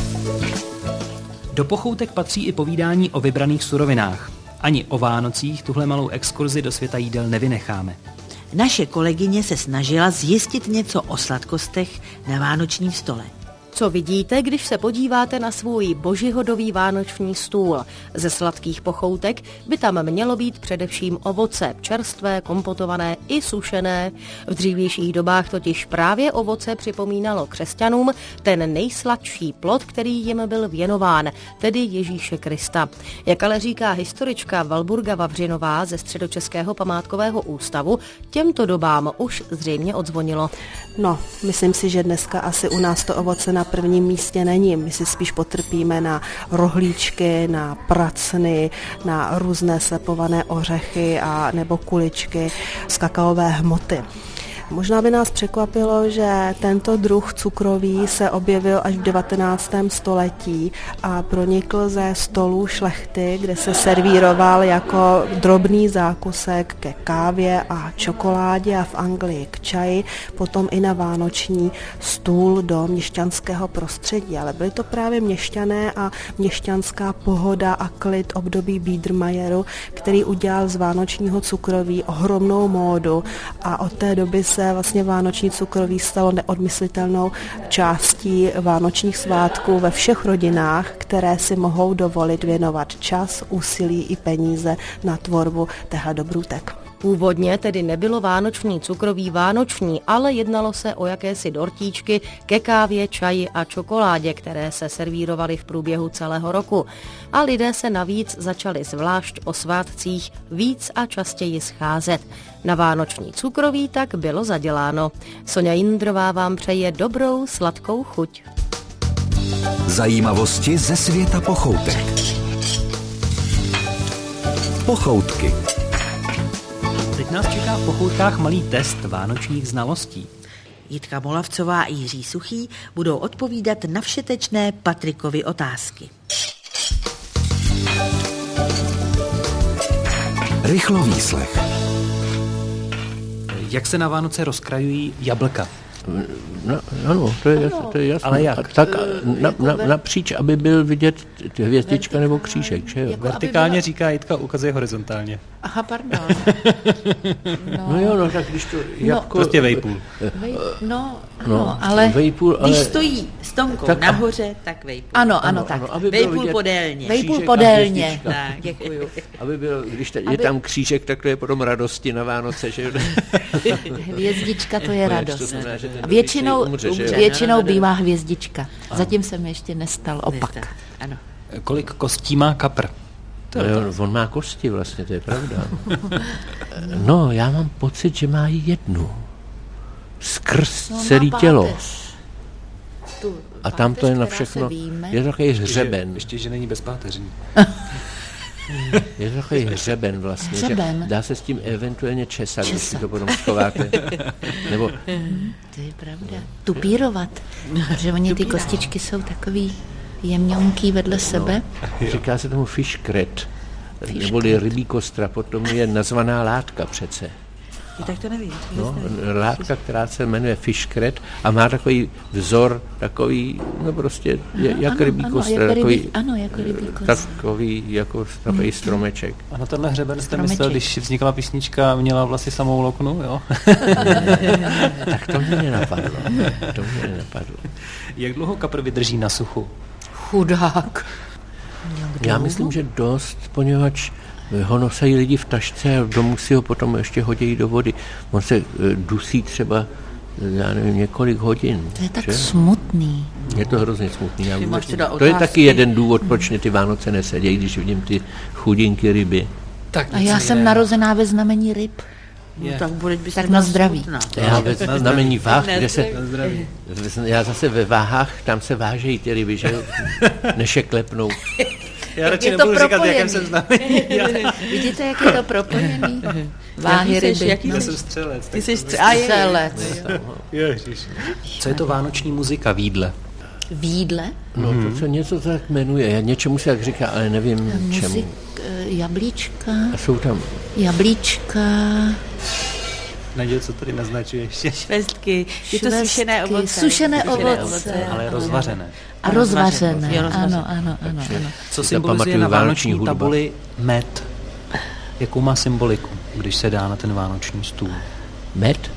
Speaker 2: Do pochoutek patří i povídání o vybraných surovinách. Ani o Vánocích tuhle malou exkurzi do světa jídel nevynecháme.
Speaker 3: Naše kolegyně se snažila zjistit něco o sladkostech na vánočním stole.
Speaker 7: Co vidíte, když se podíváte na svůj božihodový vánoční stůl? Ze sladkých pochoutek by tam mělo být především ovoce, čerstvé, kompotované i sušené. V dřívějších dobách totiž právě ovoce připomínalo křesťanům ten nejsladší plod, který jim byl věnován, tedy Ježíše Krista. Jak ale říká historička Valburga Vavřinová ze Středočeského památkového ústavu, těmto dobám už zřejmě odzvonilo.
Speaker 8: No, myslím si, že dneska asi u nás to ovoce na prvním místě není. My si spíš potrpíme na rohlíčky, na pracny, na různé slepované ořechy a nebo kuličky z kakaové hmoty. Možná by nás překvapilo, že tento druh cukroví se objevil až v 19. století a pronikl ze stolů šlechty, kde se servíroval jako drobný zákusek ke kávě a čokoládě a v Anglii k čaji, potom i na vánoční stůl do měšťanského prostředí. Ale byly to právě měšťané a měšťanská pohoda a klid období Biedermeieru, který udělal z vánočního cukroví ohromnou módu a od té doby se vlastně vánoční cukroví stalo neodmyslitelnou částí vánočních svátků ve všech rodinách, které si mohou dovolit věnovat čas, úsilí i peníze na tvorbu těchto dobrůtek.
Speaker 7: Původně tedy nebylo vánoční cukroví vánoční, ale jednalo se o jakési dortíčky ke kávě, čaji a čokoládě, které se servírovaly v průběhu celého roku. A lidé se navíc začali zvlášť o svátcích víc a častěji scházet. Na vánoční cukroví tak bylo zaděláno. Sonja Jindrová vám přeje dobrou sladkou chuť.
Speaker 1: Zajímavosti ze světa pochoutek. Pochoutky.
Speaker 2: Teď nás čeká v pochoutkách malý test vánočních znalostí.
Speaker 3: Jitka Molavcová a Jiří Suchý budou odpovídat na všetečné Patrikovy otázky.
Speaker 1: Rychlovýslech.
Speaker 2: Jak se na Vánoce rozkrajují jablka?
Speaker 5: No, ano, to je jasné.
Speaker 2: Ale jak?
Speaker 5: Tak napříč, aby byl vidět hvězdička nebo křížek, že jo?
Speaker 2: Jako vertikálně říká Jitka, ukazuje horizontálně.
Speaker 4: Aha, pardon.
Speaker 5: No, tak když to jako...
Speaker 2: Prostě vejpůl.
Speaker 4: Ale...
Speaker 5: Vejpůl, ale...
Speaker 3: Když stojí s Tomkou
Speaker 5: tak,
Speaker 3: nahoře, tak vejpůl.
Speaker 4: Ano, tak.
Speaker 3: Vejpůl podélně.
Speaker 4: Vejpůl podélně.
Speaker 3: Tak, děkuju.
Speaker 5: Aby byl, když je tam křížek, tak to je potom radosti na Vánoce, že jo?
Speaker 4: Hvězdička, to je radost.
Speaker 5: Většinou
Speaker 4: Většinou bývá hvězdička. Zatím se mi ještě nestal opak.
Speaker 3: Ano.
Speaker 2: Kolik kostí má kapr?
Speaker 5: On má kosti vlastně, to je pravda. No, já mám pocit, že má jednu. Skrz celé tělo. A tam to je na všechno. Je to takový hřeben.
Speaker 2: Ještě, že není bezpáteřní.
Speaker 5: Je to takový hřeben vlastně.
Speaker 4: Hřeben.
Speaker 5: Dá se s tím eventuálně česat, když si to potom schováte. Nebo...
Speaker 4: To je pravda. Tupírovat. Protože oni ty kostičky jsou takový jemňonký vedle sebe.
Speaker 5: Říká se tomu fiškret. Neboli rybí kostra, potom je nazvaná látka přece.
Speaker 3: Tak to nevím.
Speaker 5: No, látka, která se jmenuje fiškret a má takový vzor, takový, no prostě, jak rybí kostra.
Speaker 4: Jako rybí kostra.
Speaker 5: Takový, jako takový stromeček.
Speaker 2: A na tenhle hřeben jste myslel, když vznikla písnička, měla vlastně samou loknu, jo?
Speaker 5: Tak to mě nenapadlo. Jak
Speaker 2: dlouho kapr vydrží na suchu?
Speaker 4: Chudák.
Speaker 5: Já myslím, že dost, poněvadž ho nosají lidi v tašce a domů si ho potom ještě hodí do vody. On se dusí třeba, já nevím, několik hodin.
Speaker 4: To je tak smutný.
Speaker 5: Je to hrozně smutný. To je taky jeden důvod, proč mě ty Vánoce nesedějí, když vidím ty chudinky ryby.
Speaker 4: A já jsem narozená ve znamení ryb.
Speaker 3: No, tak bude by
Speaker 4: tak na zdraví.
Speaker 5: Já ve znamení váh, kde se... Já zase ve váhách, tam se vážejí ty ryby, že než je klepnou.
Speaker 2: Já radši nebudu říkat, jakém jsem znamení.
Speaker 4: Vidíte, jak je to propojený? Váhy ryby.
Speaker 2: Já jsem střelec.
Speaker 3: Ty jsi střelec.
Speaker 2: Ježiš. Co je to vánoční muzika v jídle?
Speaker 4: V jídle?
Speaker 5: No to se něco tak jmenuje. Něčemu se tak říká, ale nevím čemu.
Speaker 4: Jablíčka.
Speaker 5: A jsou tam...
Speaker 4: Jablíčka.
Speaker 2: Naděl, co tady naznačuje ještě?
Speaker 3: Švestky. Je to sušené ovoce.
Speaker 4: Sušené ovoce.
Speaker 2: Ale rozvařené.
Speaker 4: A rozvařené. Ano.
Speaker 2: Co symbolizuje na vánoční tabuli med? Jakou má symboliku, když se dá na ten vánoční stůl?
Speaker 5: Med?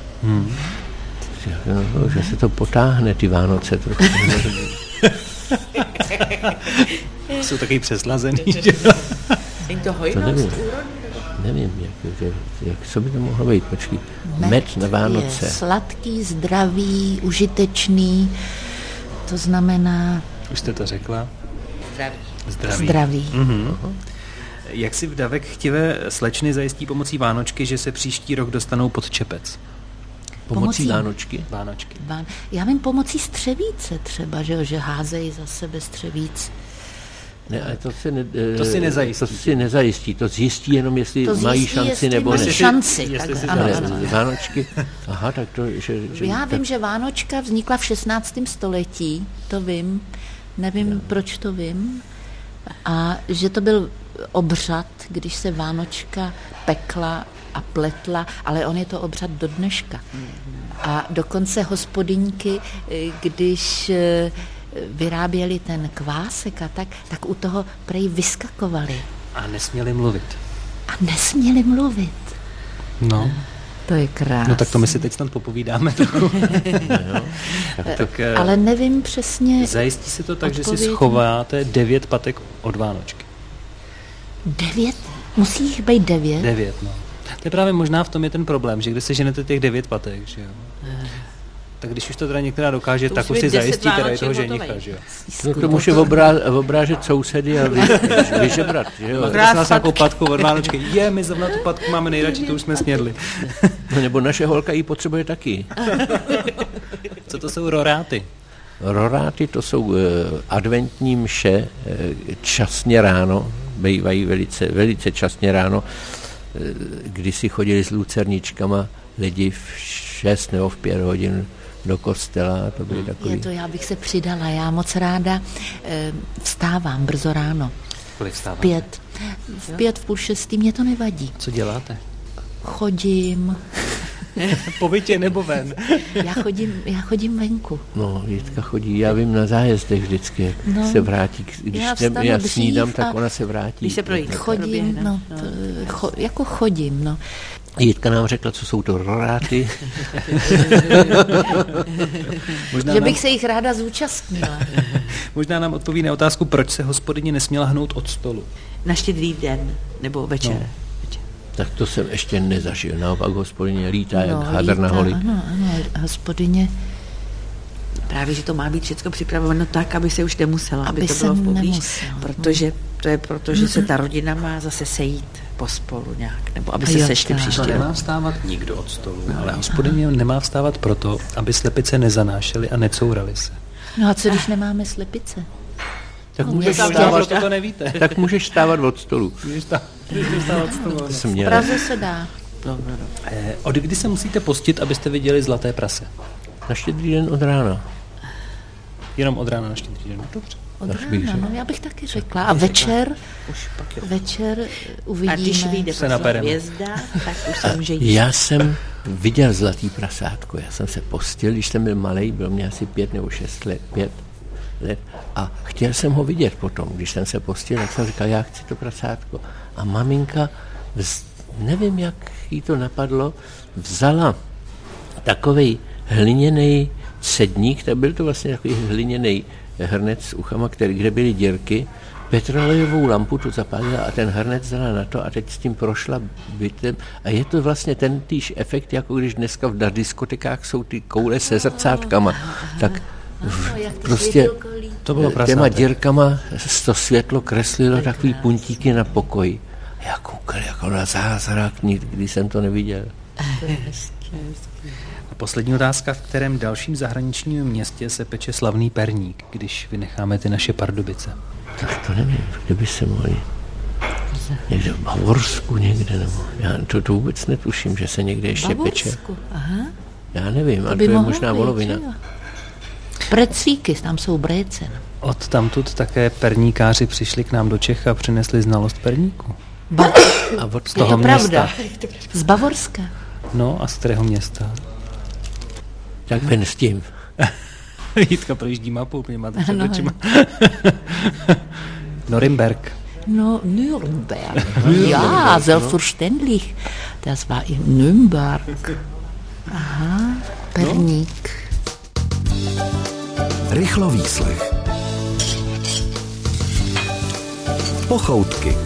Speaker 5: Že se to potáhne, ty Vánoce.
Speaker 2: Jsou taky přeslazený.
Speaker 5: To nevím, jak co by to mohlo být. Počkej. Med na Vánoce.
Speaker 4: Je sladký, zdravý, užitečný. To znamená...
Speaker 2: Už jste to řekla?
Speaker 4: Zdraví.
Speaker 2: Mm-hmm. Jak si vdavek chtivé slečny zajistí pomocí Vánočky, že se příští rok dostanou pod čepec?
Speaker 5: Pomocí Vánočky?
Speaker 4: Já vím pomocí střevíce třeba, že házejí za sebe střevíc.
Speaker 5: Ne, ale to si nezajistí. To zjistí jenom, jestli mají šanci nebo ne.
Speaker 4: Ano.
Speaker 5: Vánočky. Aha, tak to...
Speaker 4: Já vím, že Vánočka vznikla v 16. století, to vím. Nevím, proč to vím. A že to byl obřad, když se Vánočka pekla a pletla, ale on je to obřad do dneška. A dokonce hospodyňky, když vyráběli ten kvásek a tak u toho prej vyskakovali.
Speaker 2: A nesměli mluvit. No.
Speaker 4: To je krásné.
Speaker 2: No tak to my si teď snad popovídáme trochu.
Speaker 4: Ale nevím přesně.
Speaker 2: Zajistí se to tak, že si schováte 9 patek od Vánočky.
Speaker 4: 9? Musí jich být 9?
Speaker 2: 9, no. To je právě možná v tom je ten problém, že když se ženete těch 9 patek, že jo. Tak když už to teda některá dokáže, tak už si zajistí teda i toho ženicha, že jo.
Speaker 5: No to může obrážet sousedy a vyžebrat, že jo.
Speaker 2: Máte nás nějakou patku od Vánočky. My zrovna tu patku máme nejradši, to už jsme snědli.
Speaker 5: Nebo naše holka ji potřebuje taky.
Speaker 2: Co to jsou roráty?
Speaker 5: Roráty to jsou adventní mše časně ráno, bývají velice časně ráno, kdy si chodili s lucerničkama lidi v 6 nebo v 5 hodin do kostela. To byly takový...
Speaker 4: Já bych se přidala. Já moc ráda vstávám brzo ráno.
Speaker 2: Kolik vstáváte?
Speaker 4: V 5, v 5:30, mě to nevadí.
Speaker 2: Co děláte?
Speaker 4: Chodím.
Speaker 2: Po bytě nebo ven?
Speaker 4: Já chodím venku.
Speaker 5: No, Jitka chodí, já vím, na zájezdech vždycky, jak se vrátí. Když já snídám, tak ona se vrátí.
Speaker 3: Když se projít.
Speaker 4: Chodím, jako chodím, no.
Speaker 5: Jitka nám řekla, co jsou to roráty.
Speaker 4: Že bych se jich ráda zúčastnila.
Speaker 2: Možná nám odpoví na otázku, proč se hospodyně nesměla hnout od stolu.
Speaker 3: Na Štědrý den nebo večer.
Speaker 2: No.
Speaker 5: Tak to jsem ještě nezažil. Naopak hospodyně lítá jak hadr na holi.
Speaker 4: Ano, hospodyně.
Speaker 3: Právě, že to má být všechno připraveno tak, aby se už nemusela, aby to bylo v poblíž. Protože se ta rodina má zase sejít pospolu nějak, nebo aby se sešli příště.
Speaker 2: Nemá vstávat nikdo od stolu, ale hospodyně nemá vstávat proto, aby slepice nezanášely a necouraly se.
Speaker 4: No a co, když nemáme slepice?
Speaker 5: Tak můžeš stávat,
Speaker 2: to nevíte.
Speaker 5: Tak můžeš stávat od stolu.
Speaker 4: V Praze se dá.
Speaker 3: No.
Speaker 2: Od kdy se musíte postit, abyste viděli zlaté prase?
Speaker 5: Na Štědrý den od rána.
Speaker 2: Jenom od rána na Štědrý den, dobře.
Speaker 4: Od rána, no, já bych taky řekla. A večer uvidíme.
Speaker 3: A když vyjde hvězda, tak už se může jít.
Speaker 5: Já jsem viděl zlatý prasátko, já jsem se postil, když jsem byl malej, bylo mě asi 5 nebo 6 let, 5 let, a chtěl jsem ho vidět potom, když jsem se postil, tak jsem říkal, já chci to prasátko. A maminka, nevím, jak jí to napadlo, vzala takovej hliněný cedník, byl to vlastně takový hliněný hrnec s uchama, kde byly dírky, petrolejovou lampu tu zapálila a ten hrnec dala na to a teď s tím prošla bytem a je to vlastně ten týž efekt, jako když dneska na diskotekách jsou ty koule se zrcátkama, tak prostě
Speaker 2: to bylo
Speaker 5: těma dírkama to světlo kreslilo takový puntíky na pokoj. Já koukal jako na zázrak, nikdy jsem to neviděl.
Speaker 2: A poslední otázka, v kterém dalším zahraničním městě se peče slavný perník, když vynecháme ty naše Pardubice?
Speaker 5: Tak to nevím, kde by se mohli. Někde v Bavorsku někde, nebo já to vůbec netuším, že se někde ještě peče.
Speaker 4: Aha.
Speaker 5: Já nevím, ale to je možná volovina.
Speaker 4: Precíky, tam jsou bréce.
Speaker 2: Od tamtud také perníkáři přišli k nám do Čech a přinesli znalost perníku.
Speaker 5: A od
Speaker 2: z toho města.
Speaker 4: Z Bavorska.
Speaker 2: No a z kterého města?
Speaker 5: Tak ven s tím.
Speaker 2: Jitka projíždí mapu, úplně máte před očima. Norimberg.
Speaker 4: No, Nürnberg. Ja, selbstverständlich. Das war in Nürnberg. Aha, perník.
Speaker 1: Rychlovýslech. Pochoutky.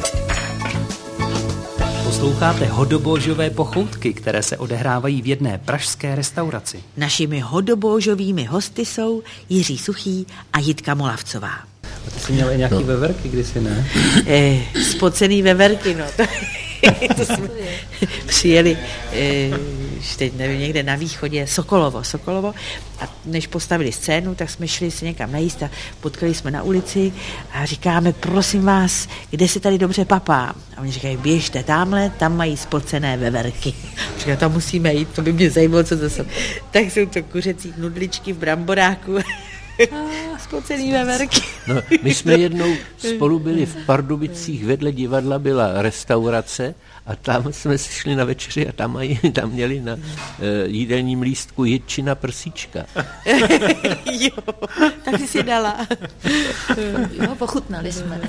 Speaker 2: Posloucháte hodobóžové pochoutky, které se odehrávají v jedné pražské restauraci.
Speaker 3: Našimi hodobóžovými hosty jsou Jiří Suchý a Jitka Molavcová.
Speaker 2: A ty jsi měl i nějaký veverky kdysi, ne?
Speaker 3: Spocený veverky, no. To jsme přijeli, teď nevím, někde na východě, Sokolovo. A než postavili scénu, tak jsme šli se někam najíst a potkali jsme na ulici a říkáme, prosím vás, kde se tady dobře papá? A oni říkají, běžte tamhle, tam mají spocené veverky. Říkám, tam musíme jít, to by mě zajímalo, co to jsou. Tak jsou to kuřecí nudličky v bramboráku. Spocený veverky.
Speaker 5: No, my jsme jednou spolu byli v Pardubicích, vedle divadla byla restaurace a tam jsme šli na večeři a tam měli na jídelním lístku jitčina prsíčka.
Speaker 3: Jo, tak si dala.
Speaker 4: Jo, pochutnali jsme.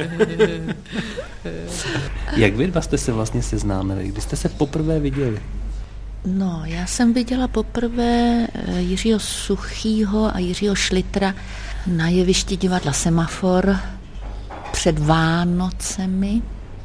Speaker 2: Jak vy dva jste se vlastně seznámili? Kdy jste se poprvé viděli?
Speaker 4: No, já jsem viděla poprvé Jiřího Suchýho a Jiřího Šlitra na jevišti divadla Semafor před Vánocemi.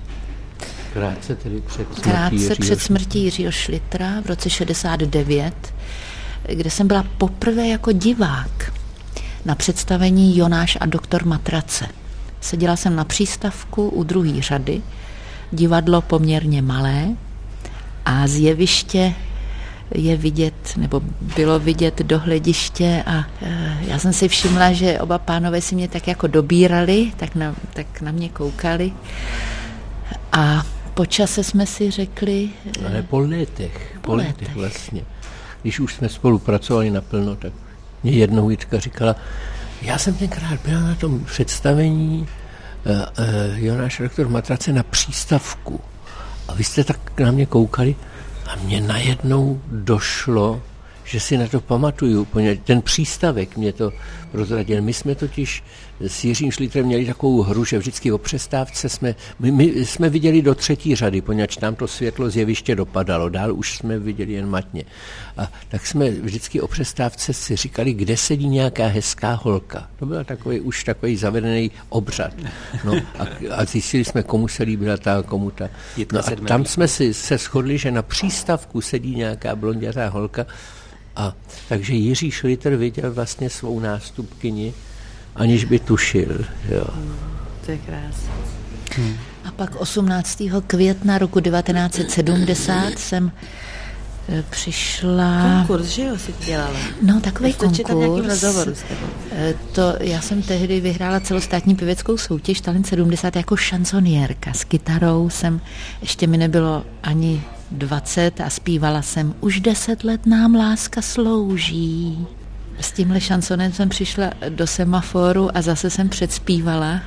Speaker 4: Krátce před smrtí Jiřího Šlitra v roce 69, kde jsem byla poprvé jako divák na představení Jonáš a doktor Matrace. Seděla jsem na přístavku u druhé řady, divadlo poměrně malé a z jeviště je vidět, nebo bylo vidět do hlediště a já jsem si všimla, že oba pánové si mě tak jako dobírali, tak na mě koukali a po čase jsme si řekli...
Speaker 5: Ale po letech vlastně. Když už jsme spolupracovali naplno, tak mě jednou Jitka říkala, já jsem tenkrát byla na tom představení Jonáš doktor Matrace na přístavku a vy jste tak na mě koukali A mně najednou došlo, že si na to pamatuju, ten přístavek mě to prozradil. My jsme totiž s Jiřím Šlítrem měli takovou hru, že vždycky o přestávce my jsme viděli do 3. řady, poněvadž tam to světlo z jeviště dopadalo, dál už jsme viděli jen matně. A tak jsme vždycky o přestávce si říkali, kde sedí nějaká hezká holka. To byl takový zavedený obřad. No, a zjistili jsme, komu se líbila ta, komu ta. No a tam jsme se shodli, že na přístavku sedí nějaká blondětá holka. A takže Jiří Šlitr viděl vlastně svou nástupkyni, aniž by tušil. Jo.
Speaker 3: To je krásné.
Speaker 4: A pak 18. května roku 1970 jsem přišla...
Speaker 3: Konkurs, že jo, si dělala?
Speaker 4: No, takovej konkurs.
Speaker 3: Tam nějakým rozhovoru s tebou.
Speaker 4: Já jsem tehdy vyhrála celostátní pěveckou soutěž Talent 70 jako šanzoniérka. S kytarou ještě mi nebylo ani 20 a zpívala jsem Už 10 let nám láska slouží. S tímhle šansonem jsem přišla do semaforu a zase jsem předspívala.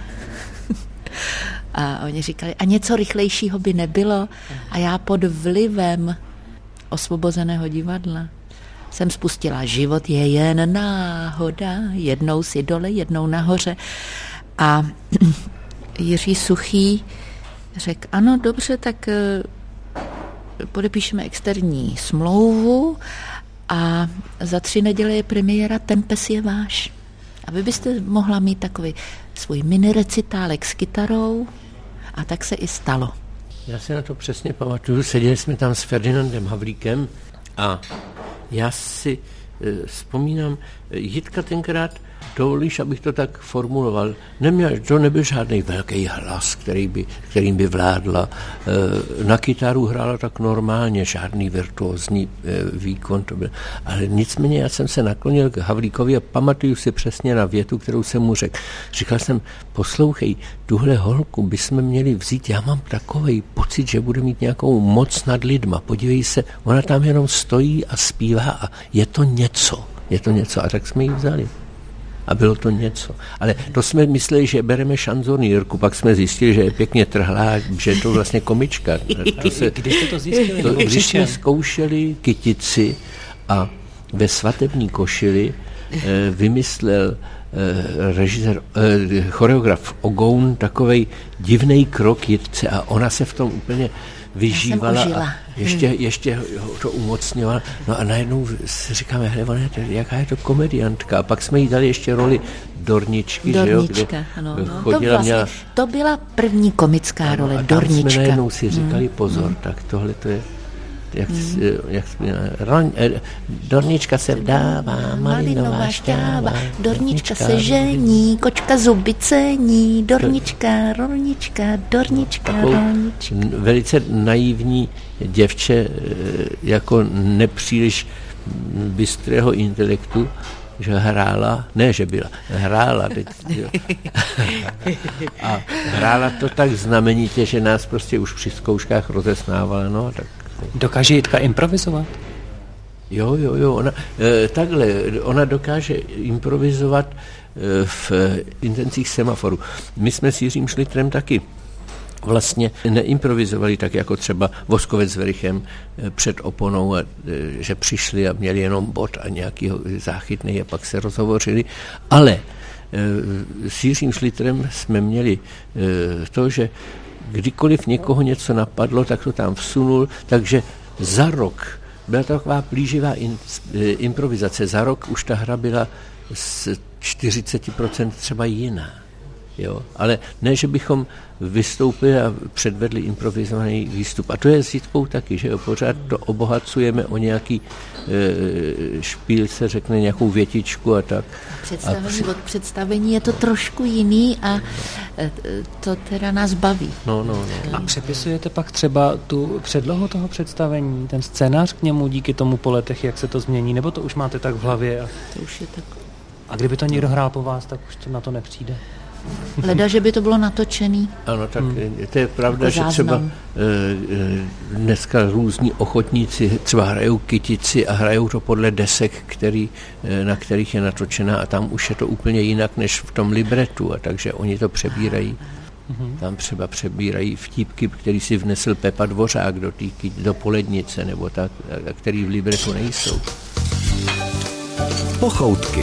Speaker 4: A oni říkali, a něco rychlejšího by nebylo. A já pod vlivem Osvobozeného divadla jsem spustila Život je jen náhoda, jednou si dole, jednou nahoře. A Jiří Suchý řekl, ano, dobře, tak podepíšeme externí smlouvu a za 3 neděle je premiéra Ten pes je váš. A vy byste mohla mít takový svůj mini recitálek s kytarou a tak se i stalo.
Speaker 5: Já si na to přesně pamatuju, seděli jsme tam s Ferdinandem Havlíkem a já si vzpomínám, Jitka tenkrát, dovolíš, abych to tak formuloval, to nebyl žádný velký hlas, kterým by vládla. Na kytaru hrála tak normálně, žádný virtuózní výkon to byl. Ale nicméně já jsem se naklonil k Havlíkovi a pamatuju si přesně na větu, kterou jsem mu řekl. Říkal jsem, poslouchej, tuhle holku bychom měli vzít, já mám takovej pocit, že bude mít nějakou moc nad lidma. Podívej se, ona tam jenom stojí a zpívá a je to něco. A tak jsme ji vzali. A bylo to něco. Ale to jsme mysleli, že bereme šanzonírku, pak jsme zjistili, že je pěkně trhlá, že je to vlastně komička.
Speaker 2: Když jste to zjistili?
Speaker 5: Když jsme zkoušeli kytici a ve svatební košili vymyslel choreograf Ogoun takovej divnej krok Jitce a ona se v tom úplně vyžívala a ještě to umocňovala. No a najednou si říkáme, hele, jaká je to komediantka. A pak jsme jí dali ještě roli Dorničky, že jo?
Speaker 4: Ano. To byla první komická role, a Dornička.
Speaker 5: A jsme najednou si říkali, pozor, tak tohle to je Dornička se vdává, malinová šťáva,
Speaker 4: Dornička se žení, kočka zuby cení, Dornička, rolnička, Dornička, rolnička.
Speaker 5: Velice naivní děvče, jako nepříliš bystrého intelektu, že hrála a hrála to tak znamenitě, že nás prostě už při zkouškách rozesnávala, no tak.
Speaker 2: Dokáže Jitka improvizovat?
Speaker 5: Jo, ona dokáže improvizovat v intencích semaforu. My jsme s Jiřím Šlitrem taky vlastně neimprovizovali tak jako třeba Voskovec s Verichem před oponou, že přišli a měli jenom bod a nějaký záchytnej a pak se rozhovořili, ale s Jiřím Šlitrem jsme měli to, že kdykoliv někoho něco napadlo, tak to tam vsunul, takže za rok byla to taková plíživá improvizace. Za rok už ta hra byla z 40% třeba jiná. Jo? Ale ne, že bychom vystoupili a předvedli improvizovaný výstup. A to je s Jitkou taky, že jo? Pořád to obohacujeme o nějaký špíl, se řekne nějakou větičku a tak.
Speaker 4: Od představení je to trošku jiný a to teda nás baví.
Speaker 5: No.
Speaker 2: A přepisujete pak třeba tu předlohu toho představení, ten scénář k němu díky tomu po letech, jak se to změní, nebo to už máte tak v hlavě?
Speaker 4: To už je tak.
Speaker 2: A kdyby to někdo hrál po vás, tak už to na to nepřijde?
Speaker 4: Leda, že by to bylo natočený.
Speaker 5: Ano, tak to je pravda, jako že třeba dneska různí ochotníci třeba hrajou kytici a hrajou to podle desek, na kterých je natočená a tam už je to úplně jinak než v tom libretu a takže oni to přebírají. Tam třeba přebírají vtípky, který si vnesl Pepa Dvořák do Polednice, nebo tak, který v libretu nejsou.
Speaker 1: Pochoutky.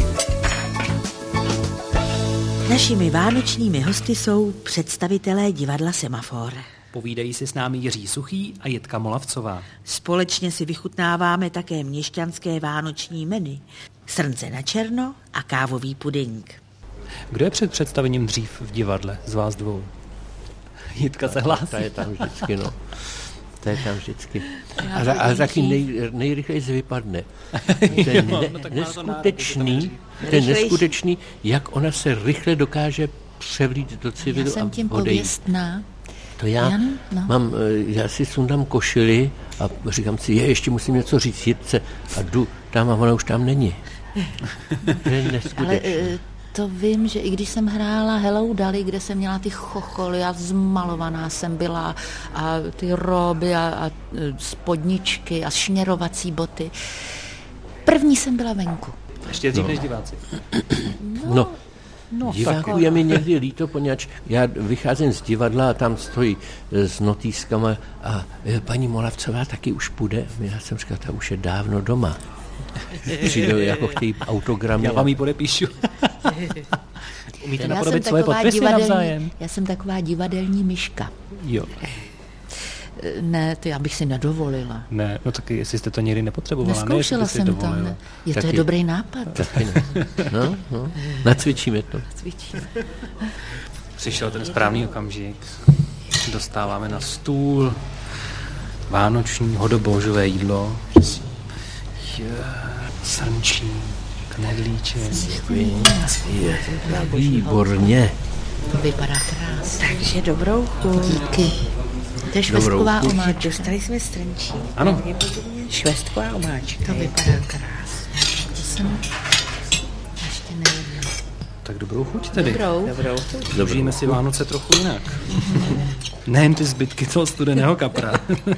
Speaker 3: Našimi vánočními hosty jsou představitelé divadla Semafor.
Speaker 2: Povídají si s námi Jiří Suchý a Jitka Molavcová.
Speaker 3: Společně si vychutnáváme také měšťanské vánoční menu. Srnce na černo a kávový puding.
Speaker 2: Kdo je před představením dřív v divadle z vás dvou? Jitka se hlásí.
Speaker 5: Ta je tam vždycky, no. To je tam vždycky. A taky nejrychleji se vypadne. To je neskutečný, jak ona se rychle dokáže převlít do civilu a odejít.
Speaker 4: Já jsem tím pověstná.
Speaker 5: To já si sundám košili a říkám si, ještě musím něco říct Jitce a jdu tam a ona už tam není. To je neskutečný.
Speaker 4: Ale to vím, že i když jsem hrála Hello Dolly, kde jsem měla ty chocholy a zmalovaná jsem byla a ty roby a spodničky a šněrovací boty. První jsem byla venku.
Speaker 2: Ještě dřív než diváci.
Speaker 5: No, diváků je mi někdy líto, poněvadž já vycházím z divadla a tam stojí s notýskama a paní Molavcová taky už půjde. Já jsem říkal, ta už je dávno doma. Přijdou, jako chtějí autogramy.
Speaker 2: Já vám ji podepíšu. Umíte napodobit svoje podpisy navzájem?
Speaker 4: Já jsem taková divadelní myška.
Speaker 2: Jo.
Speaker 4: Ne, to já bych si nedovolila.
Speaker 2: Ne, no taky, jestli jste to někdy nepotřebovala.
Speaker 4: Neskoušela jsem to. Ne. To je dobrý nápad.
Speaker 5: Taky no. Nacvičíme to.
Speaker 2: Přišel ten správný okamžik. Dostáváme na stůl vánoční hodobožové jídlo. Srnčí, knedlíček.
Speaker 5: Výborně.
Speaker 4: To vypadá krásně.
Speaker 3: Takže dobrou chuť.
Speaker 4: Díky. To je švestková omáčka.
Speaker 3: Dostali jsme srnčí.
Speaker 2: Ano.
Speaker 3: Švestková omáčka.
Speaker 4: To vypadá krásně. To jsem ještě nevěděla.
Speaker 2: Tak dobrou chuť tedy.
Speaker 3: Dobrou chuť.
Speaker 2: Užijeme si Vánoce trochu jinak. Nejen ty zbytky toho studeného kapra.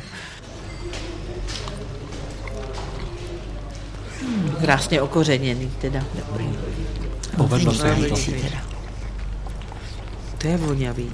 Speaker 3: Krásně okořeněný teda.
Speaker 2: Povedlo se jim to.
Speaker 3: To je voňavý.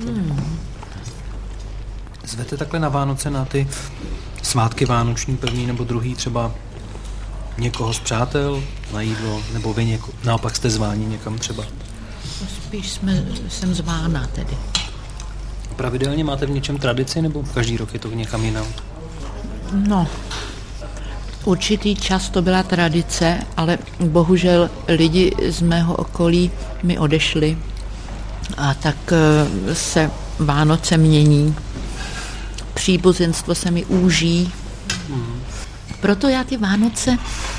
Speaker 2: Zvete takhle na Vánoce, na ty svátky vánoční, první nebo druhý, třeba někoho z přátel na jídlo, nebo vy naopak jste zváni někam třeba?
Speaker 4: Spíš jsem zvána tedy.
Speaker 2: Pravidelně máte v něčem tradici, nebo každý rok je to někam jinam?
Speaker 4: No, určitý čas to byla tradice, ale bohužel lidi z mého okolí mi odešli a tak se Vánoce mění. Příbuzenstvo se mi úží. Proto já ty Vánoce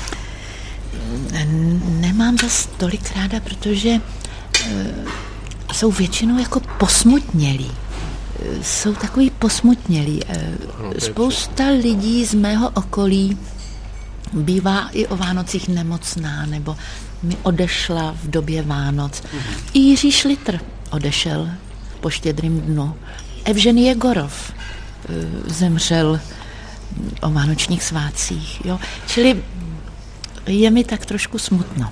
Speaker 4: nemám zas tolik ráda, protože jsou většinou jako posmutnělí. Jsou takový posmutnělí. Spousta lidí z mého okolí bývá i o Vánocích nemocná, nebo mi odešla v době Vánoc. I Jiří Šlitr odešel po Štědrým dnu. Evžen Jegorov zemřel o vánočních svátcích. Jo? Čili je mi tak trošku smutno.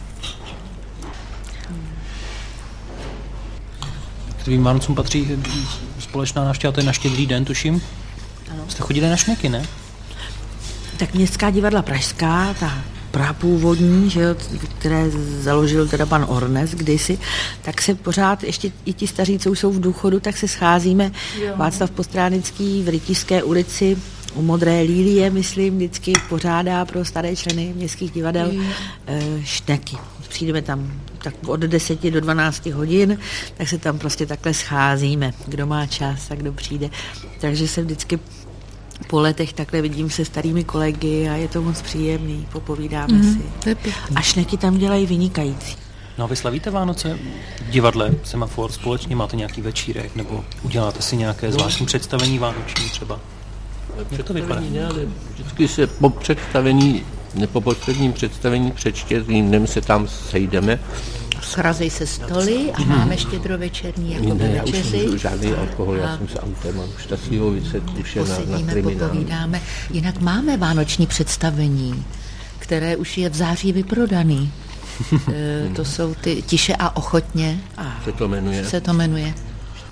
Speaker 2: K tvým Vánocům patří společná návštěva, to je na Štědrý den, tuším. Ano. Jste chodili na šneky, ne?
Speaker 3: Tak Městská divadla pražská, ta prapůvodní, že jo, které založil teda pan Ornes kdysi, tak se pořád, ještě i ti staří, co už jsou v důchodu, tak se scházíme. Václav Postránecký v Rytířské ulici u Modré lílie, myslím, vždycky pořádá pro staré členy městských divadel šneky. Přijdeme tam tak od 10 do 12 hodin, tak se tam prostě takhle scházíme, kdo má čas a kdo přijde. Takže se vždycky po letech takhle vidím se starými kolegy a je to moc příjemný, popovídáme si. A šneky tam dělají vynikající.
Speaker 2: No a vy slavíte Vánoce v divadle Semafor společně? Máte nějaký večírek nebo uděláte si nějaké zvláštní představení vánoční třeba? Jak to vypadá?
Speaker 5: Ne, ale vždycky se po posledním představení před Štědrým dnem se tam sejdeme.
Speaker 4: Schrazejí se stoly a máme štědrovečerní jako
Speaker 5: ne,
Speaker 4: večeři.
Speaker 5: Já už nemůžu žádný alkohol, já jsem se autem, mám šťastlivou vyset už je na kriminál.
Speaker 4: Popovídáme. Jinak máme vánoční představení, které už je v září vyprodaný. To jsou ty Tiše a ochotně.
Speaker 5: Se to jmenuje.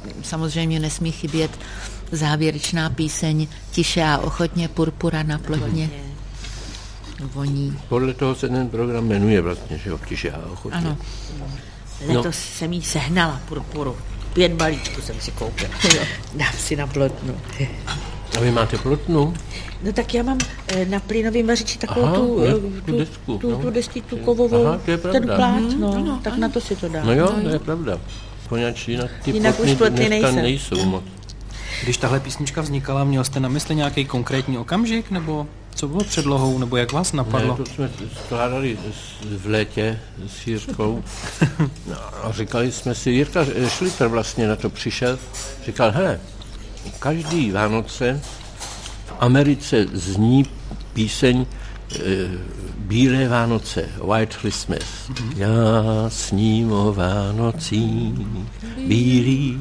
Speaker 4: samozřejmě nesmí chybět závěrečná píseň Tiše a ochotně, purpura na plotně voní.
Speaker 5: Podle toho se ten program jmenuje vlastně, že jo, Tiše a ochotně.
Speaker 4: Ano.
Speaker 3: Letos jsem jí sehnala purpuru. 5 balíčků jsem si koupila. Dám si na plotnu.
Speaker 5: A vy máte plotnu?
Speaker 3: No tak já mám na plynovém vařiči takovou tu destičku kovovou, ten plát, tak na to si to dám.
Speaker 5: No jo, to je pravda. Poněvadž
Speaker 3: jinak už plotny
Speaker 5: nejsou moc.
Speaker 2: Když tahle písnička vznikala, měl jste na mysli nějaký konkrétní okamžik, nebo co bylo předlohou, nebo jak vás napadlo?
Speaker 5: Ne, to jsme skládali v létě s Jirkou a říkali jsme si, Jirka Šliter vlastně na to přišel, říkal, hele, každý Vánoce v Americe zní píseň Bílé Vánoce, White Christmas. Já sním o Vánocích bílých.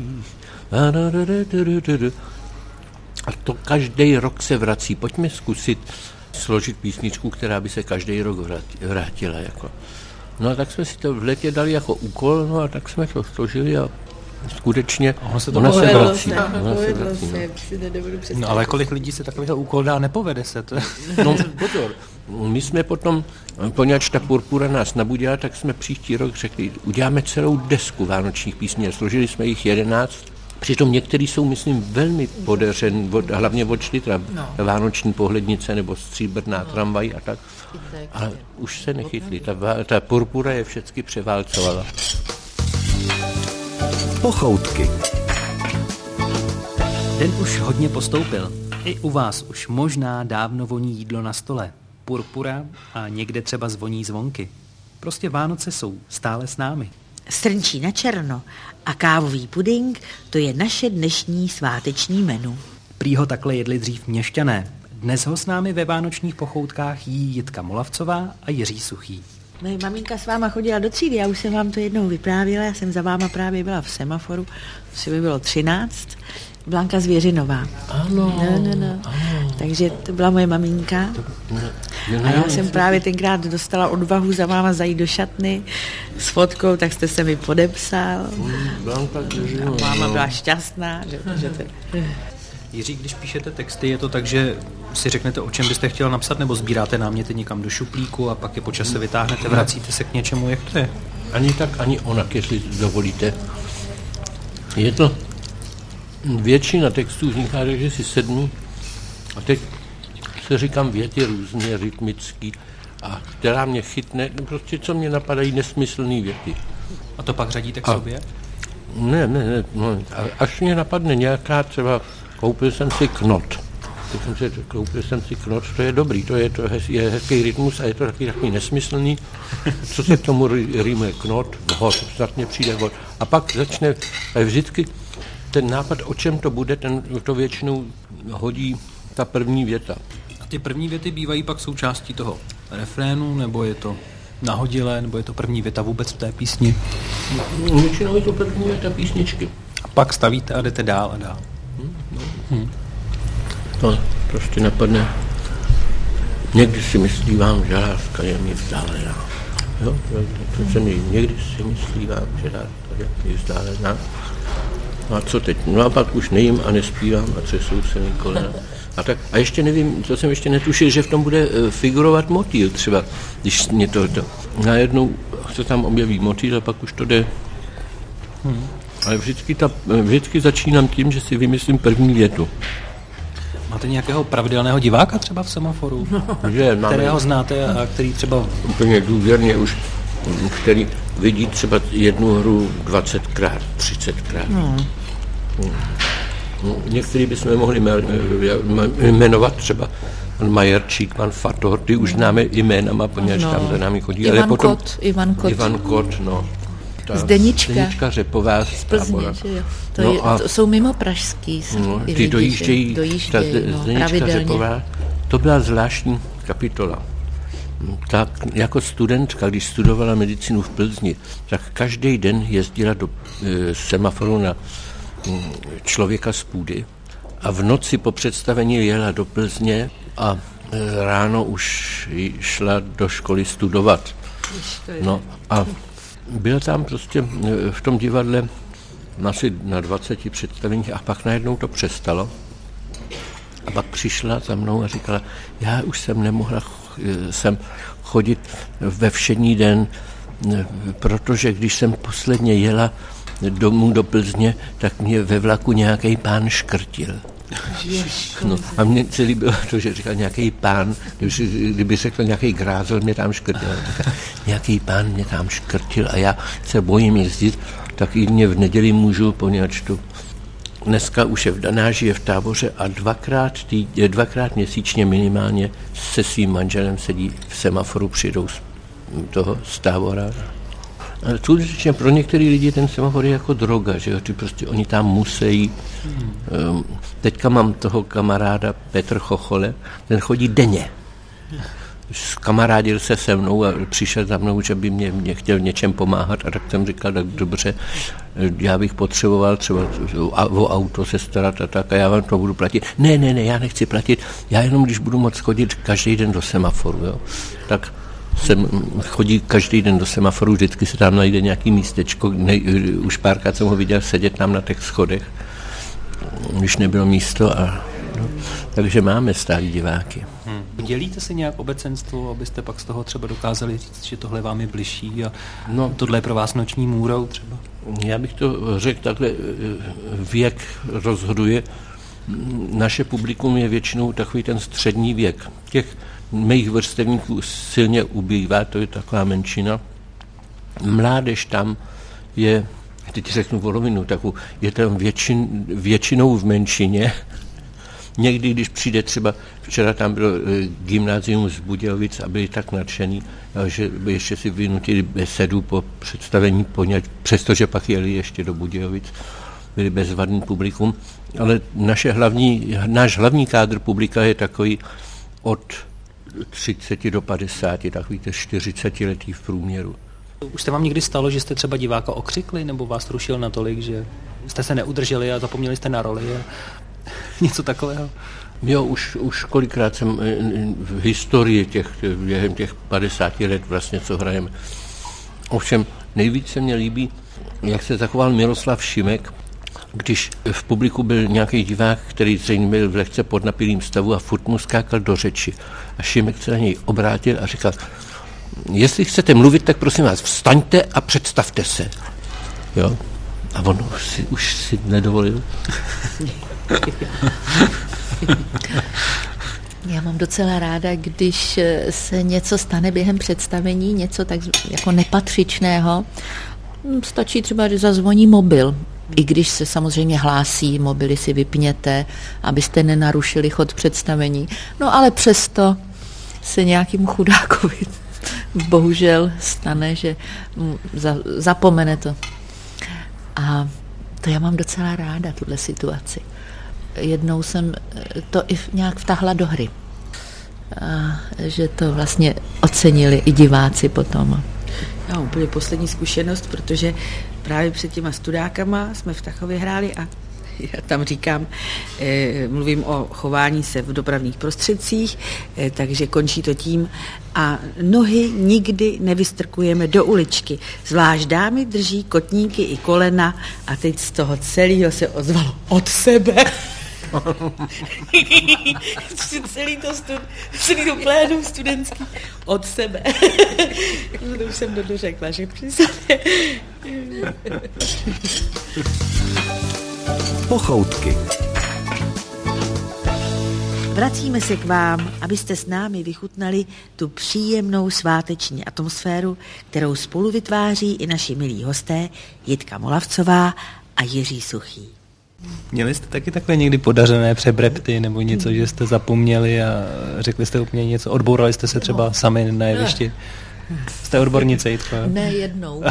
Speaker 5: A to každý rok se vrací. Pojďme zkusit složit písničku, která by se každý rok vrátila. Jako. No a tak jsme si to v létě dali jako úkol, no a tak jsme to složili a skutečně ona se vrací.
Speaker 2: No ale kolik lidí se takovýhle úkol dá, nepovede se to?
Speaker 5: No pozor, my jsme potom, poněvadž ta purpura nás nabudila, tak jsme příští rok řekli, uděláme celou desku vánočních písní. Složili jsme jich 11. Přitom některý jsou, myslím, velmi podařen, hlavně od Šlitra, vánoční pohlednice nebo stříbrná tramvaj a tak. Ale už se nechytli. Ta purpura je všechny převálcovala.
Speaker 1: Pochoutky.
Speaker 2: Den už hodně postoupil. I u vás už možná dávno voní jídlo na stole. Purpura a někde třeba zvoní zvonky. Prostě Vánoce jsou stále s námi.
Speaker 3: Srnčí na černo a kávový puding, to je naše dnešní sváteční menu.
Speaker 2: Prý ho takhle jedli dřív měšťané. Dnes ho s námi ve vánočních pochoutkách jí Jitka Molavcová a Jiří Suchý.
Speaker 3: Moje maminka s váma chodila do třídy, já už jsem vám to jednou vyprávěla, já jsem za váma právě byla v semaforu, to by bylo 13, Blanka Zvěřinová.
Speaker 5: Ano.
Speaker 3: Takže to byla moje maminka. A já jsem právě tenkrát dostala odvahu za váma zajít do šatny s fotkou, tak jste se mi podepsal. A máma byla šťastná.
Speaker 2: Jiří, když píšete texty, je to tak, že si řeknete, o čem byste chtěl napsat, nebo sbíráte náměty někam do šuplíku a pak je po čase vytáhnete, vracíte se k něčemu, jak to je?
Speaker 5: Ani tak, ani onak, jestli dovolíte. Je to většina textů vzniká, takže si sednu a teď se říkám věty různě rytmický a která mě chytne, prostě co mě napadají nesmyslný věty.
Speaker 2: A to pak řadíte k sobě?
Speaker 5: Ne, no, až mě napadne nějaká třeba, koupil jsem si knot, to je dobrý, to je hezký rytmus a je to takový nesmyslný, co se k tomu rýmuje knot, vhod, snad mě přijde vhod. A pak začne vždycky ten nápad, o čem to bude, to většinou hodí ta první věta.
Speaker 2: A ty první věty bývají pak součástí toho refrénu, nebo je to nahodilé, nebo je to první věta vůbec v té písni?
Speaker 5: Většinou je to první věta písničky.
Speaker 2: A pak stavíte a jdete dál a dál.
Speaker 5: To prostě napadne. Někdy si myslívám, že láska je mi vzdálená. Jo, to se mi někdy si myslívám, že láska je mi vzdálená. A co teď? No a pak už nejím a nespívám a třesou se mi kolena. A ještě nevím, co jsem ještě netušil, že v tom bude figurovat motýl třeba, když mě to najednou se tam objeví motýl a pak už to jde. Ale vždycky začínám tím, že si vymyslím první větu.
Speaker 2: Máte nějakého pravidelného diváka třeba v semaforu? Kterého znáte a který třeba...
Speaker 5: Úplně důvěrně už, který vidí třeba jednu hru 20krát, 30krát. Některý bychom mohli jmenovat třeba pan Majerčík, pan Fator, ty už známe jménama, poněvadž tam za námi chodí. Ivan Kot, no.
Speaker 4: Zdenička
Speaker 5: Řepová z Tábora.
Speaker 4: To jsou mimo pražský.
Speaker 5: Ty dojíždějí Zdenička Řepová. To byla zvláštní kapitola. Tak jako studentka, když studovala medicínu v Plzni, tak každý den jezdila do semaforu na Člověka z půdy a v noci po představení jela do Plzně a ráno už šla do školy studovat. No a byl tam prostě v tom divadle asi na 20 představeních a pak najednou to přestalo. A pak přišla za mnou a říkala, já už jsem nemohla sem chodit ve všední den, protože když jsem posledně jela domů do Plzně, tak mě ve vlaku nějaký pán škrtil. No, a mně se líbilo to, že říkal nějaký pán, kdyby řekl nějaký grázel, mě tam škrtil. Nějaký pán mě tam škrtil a já se bojím jezdit, tak i mě v neděli můžu, poněvadž tu dneska už je žije v Táboře a dvakrát měsíčně minimálně se svým manželem sedí v semaforu, přijdou z Tábora. Ale skutečně pro některé lidi ten semafor je jako droga, že jo? Prostě oni tam musí. Teďka mám toho kamaráda Petr Chochole, ten chodí denně. Kamarádil se se mnou a přišel za mnou, že by mě chtěl něčem pomáhat a tak jsem říkal, tak dobře, já bych potřeboval třeba o auto se starat a tak a já vám to budu platit. Ne, já nechci platit, já jenom když budu moc chodit každý den do semaforu, jo. Tak chodí každý den do semaforu, vždycky se tam najde nějaký místečko, už párkrát jsem ho viděl sedět tam na těch schodech, když nebylo místo takže máme stálí diváky.
Speaker 2: Dělíte si nějak obecenstvo, abyste pak z toho třeba dokázali říct, že tohle vám je bližší a tohle je pro vás noční můrou třeba?
Speaker 5: Já bych to řekl takhle, věk rozhoduje. Naše publikum je většinou takový ten střední věk. Těch mých vrstevníků silně ubývá, to je taková menšina. Mládež tam je, teď řeknu volovinu, je tam většinou v menšině. Někdy, když přijde třeba, včera tam bylo gymnázium z Budějovic a byli tak nadšený, že by ještě si vynutili besedu po představení, přestože pak jeli ještě do Budějovic, byli bezvadný publikum, ale náš hlavní kádr publika je takový od 30 do 50, takový 40 letý v průměru.
Speaker 2: Už se vám někdy stalo, že jste třeba diváka okřikli, nebo vás rušil natolik, že jste se neudrželi a zapomněli jste na roli? Něco takového?
Speaker 5: Jo, už kolikrát jsem v historii během těch 50 let vlastně, co hrajeme. Ovšem nejvíc se mně líbí, jak se zachoval Miroslav Šimek, když v publiku byl nějaký divák, který zřejmě byl v lehce podnapilým stavu a furt mu skákal do řeči. A Šimek se na něj obrátil a říkal, jestli chcete mluvit, tak prosím vás, vstaňte a představte se. Jo? A on už si nedovolil.
Speaker 4: Já mám docela ráda, když se něco stane během představení, něco tak jako nepatřičného. Stačí třeba, že zazvoní mobil. I když se samozřejmě hlásí, mobily si vypněte, abyste nenarušili chod představení. No ale přesto se nějakým chudákovi bohužel stane, že zapomene to. A to já mám docela ráda, tuhle situaci. Jednou jsem to i nějak vtahla do hry. A že to vlastně ocenili i diváci potom.
Speaker 3: Já mám úplně poslední zkušenost, protože právě před těma studákama jsme v Tachově hráli a já tam říkám, mluvím o chování se v dopravních prostředcích, takže končí to tím a nohy nikdy nevystrkujeme do uličky. Zvlášť dámy drží kotníky i kolena a teď z toho celého se ozvalo od sebe. celý to plénum studentský od sebe. To už jsem dořekla, že přesně.
Speaker 1: Pochoutky.
Speaker 3: Vracíme se k vám, abyste s námi vychutnali tu příjemnou sváteční atmosféru, kterou spolu vytváří i naši milí hosté Jitka Molavcová a Jiří Suchý.
Speaker 2: Měli jste taky takhle někdy podařené přebrepty nebo něco, že jste zapomněli a řekli jste úplně něco, odbourali jste se třeba sami na jevišti? Jste odbornice, Jitko?
Speaker 4: Ne, jednou.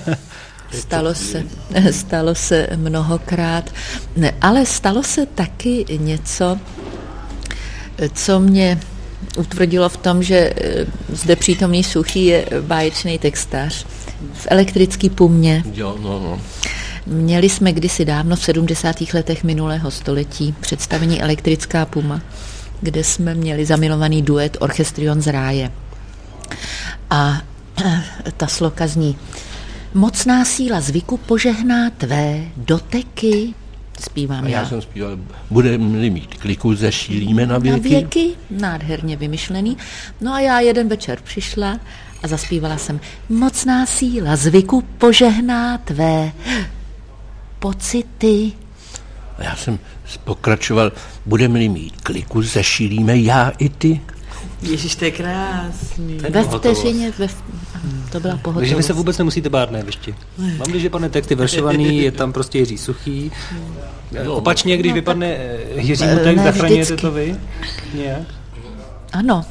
Speaker 4: Stalo se mnohokrát, ne, ale stalo se taky něco, co mě utvrdilo v tom, že zde přítomný Suchý je báječný textař. V Elektrický pumě.
Speaker 5: Jo, no.
Speaker 4: Měli jsme kdysi dávno v 70. letech minulého století představení Elektrická puma, kde jsme měli zamilovaný duet Orchestrion z ráje. A ta sloka zní: Mocná síla zvyku požehná tvé doteky. Zpívám
Speaker 5: já jsem zpíval, budeme mít kliku, zešílíme na věky.
Speaker 4: Na věky, nádherně vymyšlený. No a já jeden večer přišla a zaspívala jsem mocná síla zvyku požehná tvé pocity.
Speaker 5: A já jsem pokračoval, budeme mít kliku, zešílíme já i ty.
Speaker 3: Ježiš, to je krásný.
Speaker 4: Ve vteřině, to byla pohotovost.
Speaker 2: Takže vy se vůbec nemusíte bát na jevišti. Mám, když pane texty veršovaný, je tam prostě Jiří Suchý. Opačně, když vypadne Jiří Mutek, zachraňujete to vy? Nějak?
Speaker 4: Ano.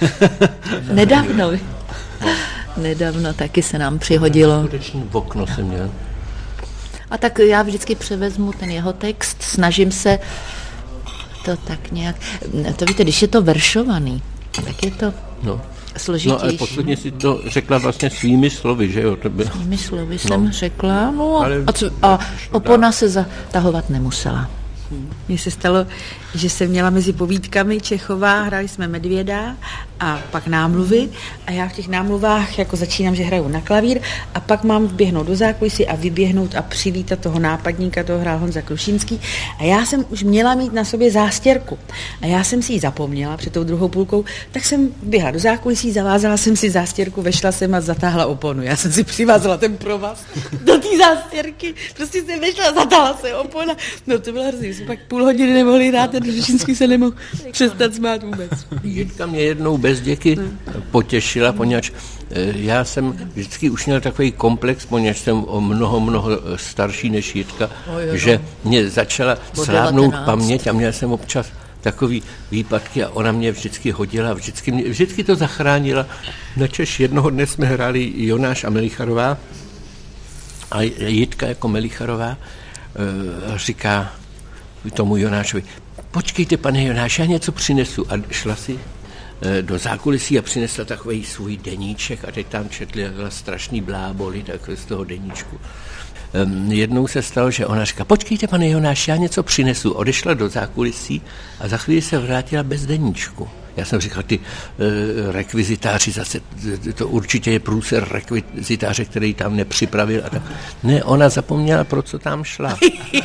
Speaker 4: Nedávno taky se nám přihodilo.
Speaker 5: Skutečný v okno jsem měl.
Speaker 4: A tak já vždycky převezmu ten jeho text, snažím se to tak nějak... To víte, když je to veršovaný, tak je to složitější.
Speaker 5: No ale posledně si to řekla vlastně svými slovy, že jo?
Speaker 4: Svými slovy jsem řekla, a opona se zatahovat nemusela.
Speaker 3: Mně se stalo, že jsem měla mezi povídkami Čechová, hráli jsme Medvěda a pak námluvy a já v těch námluvách jako začínám, že hraju na klavír a pak mám vběhnout do zákulisí a vyběhnout a přivítat toho nápadníka, toho hrál Honza Krušínský a já jsem už měla mít na sobě zástěrku a já jsem si ji zapomněla před tou druhou půlkou, tak jsem běhla do zákulisí, zavázala jsem si zástěrku, vešla jsem a zatáhla oponu. Já jsem si přivázala ten provaz do té zástěrky, prostě jsem vešla a zatáhla se opona. No to bylo hrozný, jsme pak půl hodiny nemohli hrát, ten Krušínský se nemohl přestat smát vůbec.
Speaker 5: Jitka mě jednou bez děky potěšila, poněvadž já jsem vždycky už měl takový komplex, poněvadž jsem o mnoho starší než Jitka, že mě začala slábnout paměť a měl jsem občas takový výpadky a ona mě vždycky hodila, vždycky to zachránila. Načež jednoho dne jsme hráli Jonáš a Melicharová a Jitka jako Melicharová říká tomu Jonášovi, počkejte, pane Jonáš, já něco přinesu. A šla si do zákulisí a přinesla takový svůj deníček a teď tam četli strašný bláboli takhle z toho deníčku. Jednou se stalo, že ona říká, počkejte, pane Jonáš, já něco přinesu. Odešla do zákulisí a za chvíli se vrátila bez deníčku. Já jsem říkal, ty rekvizitáři zase, to určitě je průser rekvizitáře, který tam nepřipravil. A tak. Ne, ona zapomněla, pro co tam šla.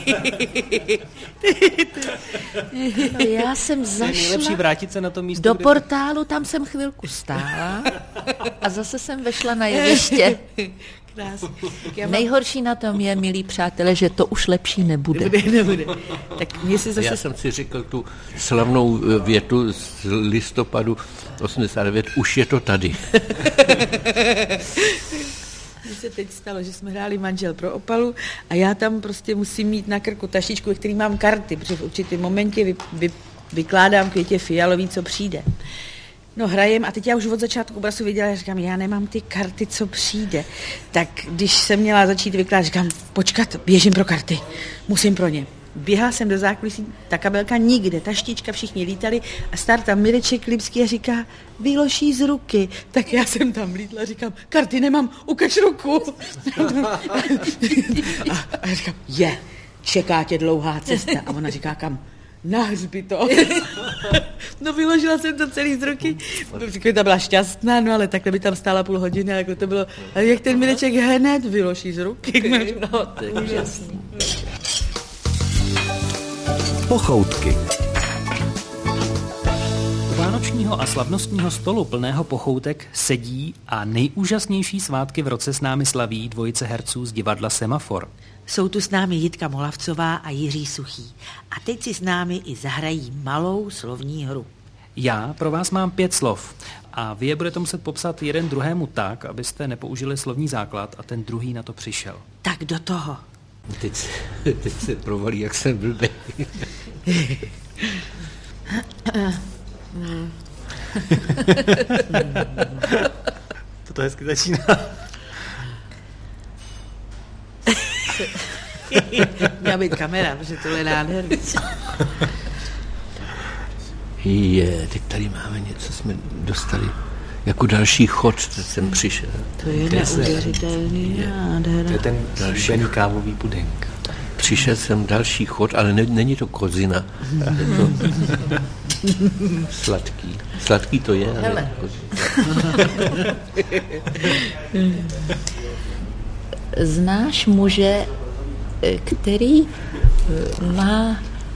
Speaker 4: No, já jsem zašla
Speaker 2: vrátit se na to místo,
Speaker 4: do portálu, tam jsem chvilku stála a zase jsem vešla na jeviště. Nejhorší na tom je, milí přátelé, že to už lepší nebude.
Speaker 3: Nebude. Tak mě se zase...
Speaker 5: Já jsem si řekl tu slavnou větu z listopadu 89, už je to tady.
Speaker 3: Mně se teď stalo, že jsme hráli Manžel pro Opalu a já tam prostě musím mít na krku taštičku, ve který mám karty, protože v určitém momentě vykládám Květě Fialový, co přijde. No hrajem a teď já už od začátku obrazu viděla, já říkám, já nemám ty karty, co přijde. Tak když jsem měla začít vykládat, říkám, počkat, běžím pro karty, musím pro ně. Běhala jsem do zákulisí, ta kabelka nikde, taštička, všichni lítali a starta Mireček Lipský a říká, vyloží z ruky. Tak já jsem tam lítla a říkám, karty nemám, ukaž ruku. A já říkám, čeká tě dlouhá cesta. A ona říká, kam? Na hřbitov. No vyložila jsem to celý z ruky. Ta byla šťastná, no ale takhle by tam stála půl hodiny, jako to bylo. A jak ten Mireček hned vyloží z ruky.
Speaker 4: No, to je úžasný.
Speaker 1: Pochoutky.
Speaker 2: U vánočního a slavnostního stolu plného pochoutek sedí a nejúžasnější svátky v roce s námi slaví dvojice herců z divadla Semafor.
Speaker 3: Jsou tu s námi Jitka Molavcová a Jiří Suchý. A teď si s námi i zahrají malou slovní hru.
Speaker 2: Já pro vás mám 5 slov a vy je budete muset popsat jeden druhému tak, abyste nepoužili slovní základ a ten druhý na to přišel.
Speaker 3: Tak do toho.
Speaker 5: Teď se provalí, jak jsem blbý.
Speaker 2: To hezky začíná.
Speaker 3: Měla být kamera, protože tohle je nádherný.
Speaker 5: Teď tady máme něco, jsme dostali jako další chod, teď jsem přišel.
Speaker 3: To je neuvěřitelný nádhera.
Speaker 2: To je ten další kávový puding.
Speaker 5: Přišel jsem další chod, ale není to kozina. Je to sladký. Sladký to je, ale
Speaker 4: znáš muže, který má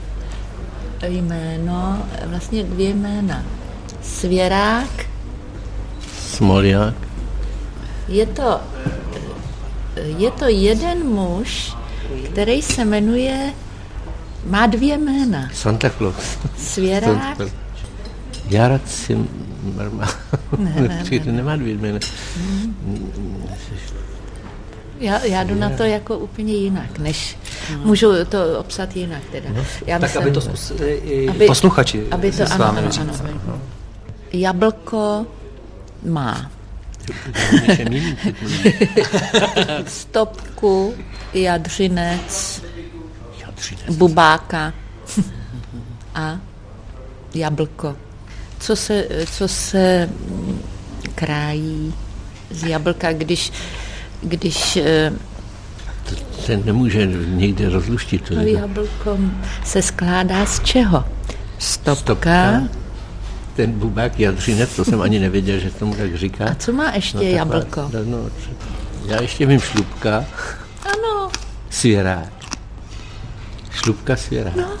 Speaker 4: jméno, vlastně 2 jména. Svěrák.
Speaker 5: Smolják.
Speaker 4: Je to jeden muž, který se jmenuje, má 2 jména.
Speaker 5: Santa Claus.
Speaker 4: Svěrák.
Speaker 5: Jarat si nemá 2 jména.
Speaker 4: Já jdu na to jako úplně jinak, než můžu to obsat jinak teda. Já
Speaker 2: tak
Speaker 4: myslím,
Speaker 2: aby to zkusili i posluchači
Speaker 4: aby to,
Speaker 2: s vámi
Speaker 4: ano. Jablko má stopku, jadřinec, bubáka a jablko. Co se krájí z jablka, když
Speaker 5: se nemůže někde rozluštit.
Speaker 4: To jablko se skládá z čeho? Stopka.
Speaker 5: Ten bubák jadřinec, to jsem ani nevěděl, že tomu tak říká.
Speaker 4: A co má ještě jablko?
Speaker 5: Já ještě vím šlupka.
Speaker 4: Ano.
Speaker 5: Svěrák. Šlupka, svěrák.
Speaker 4: No.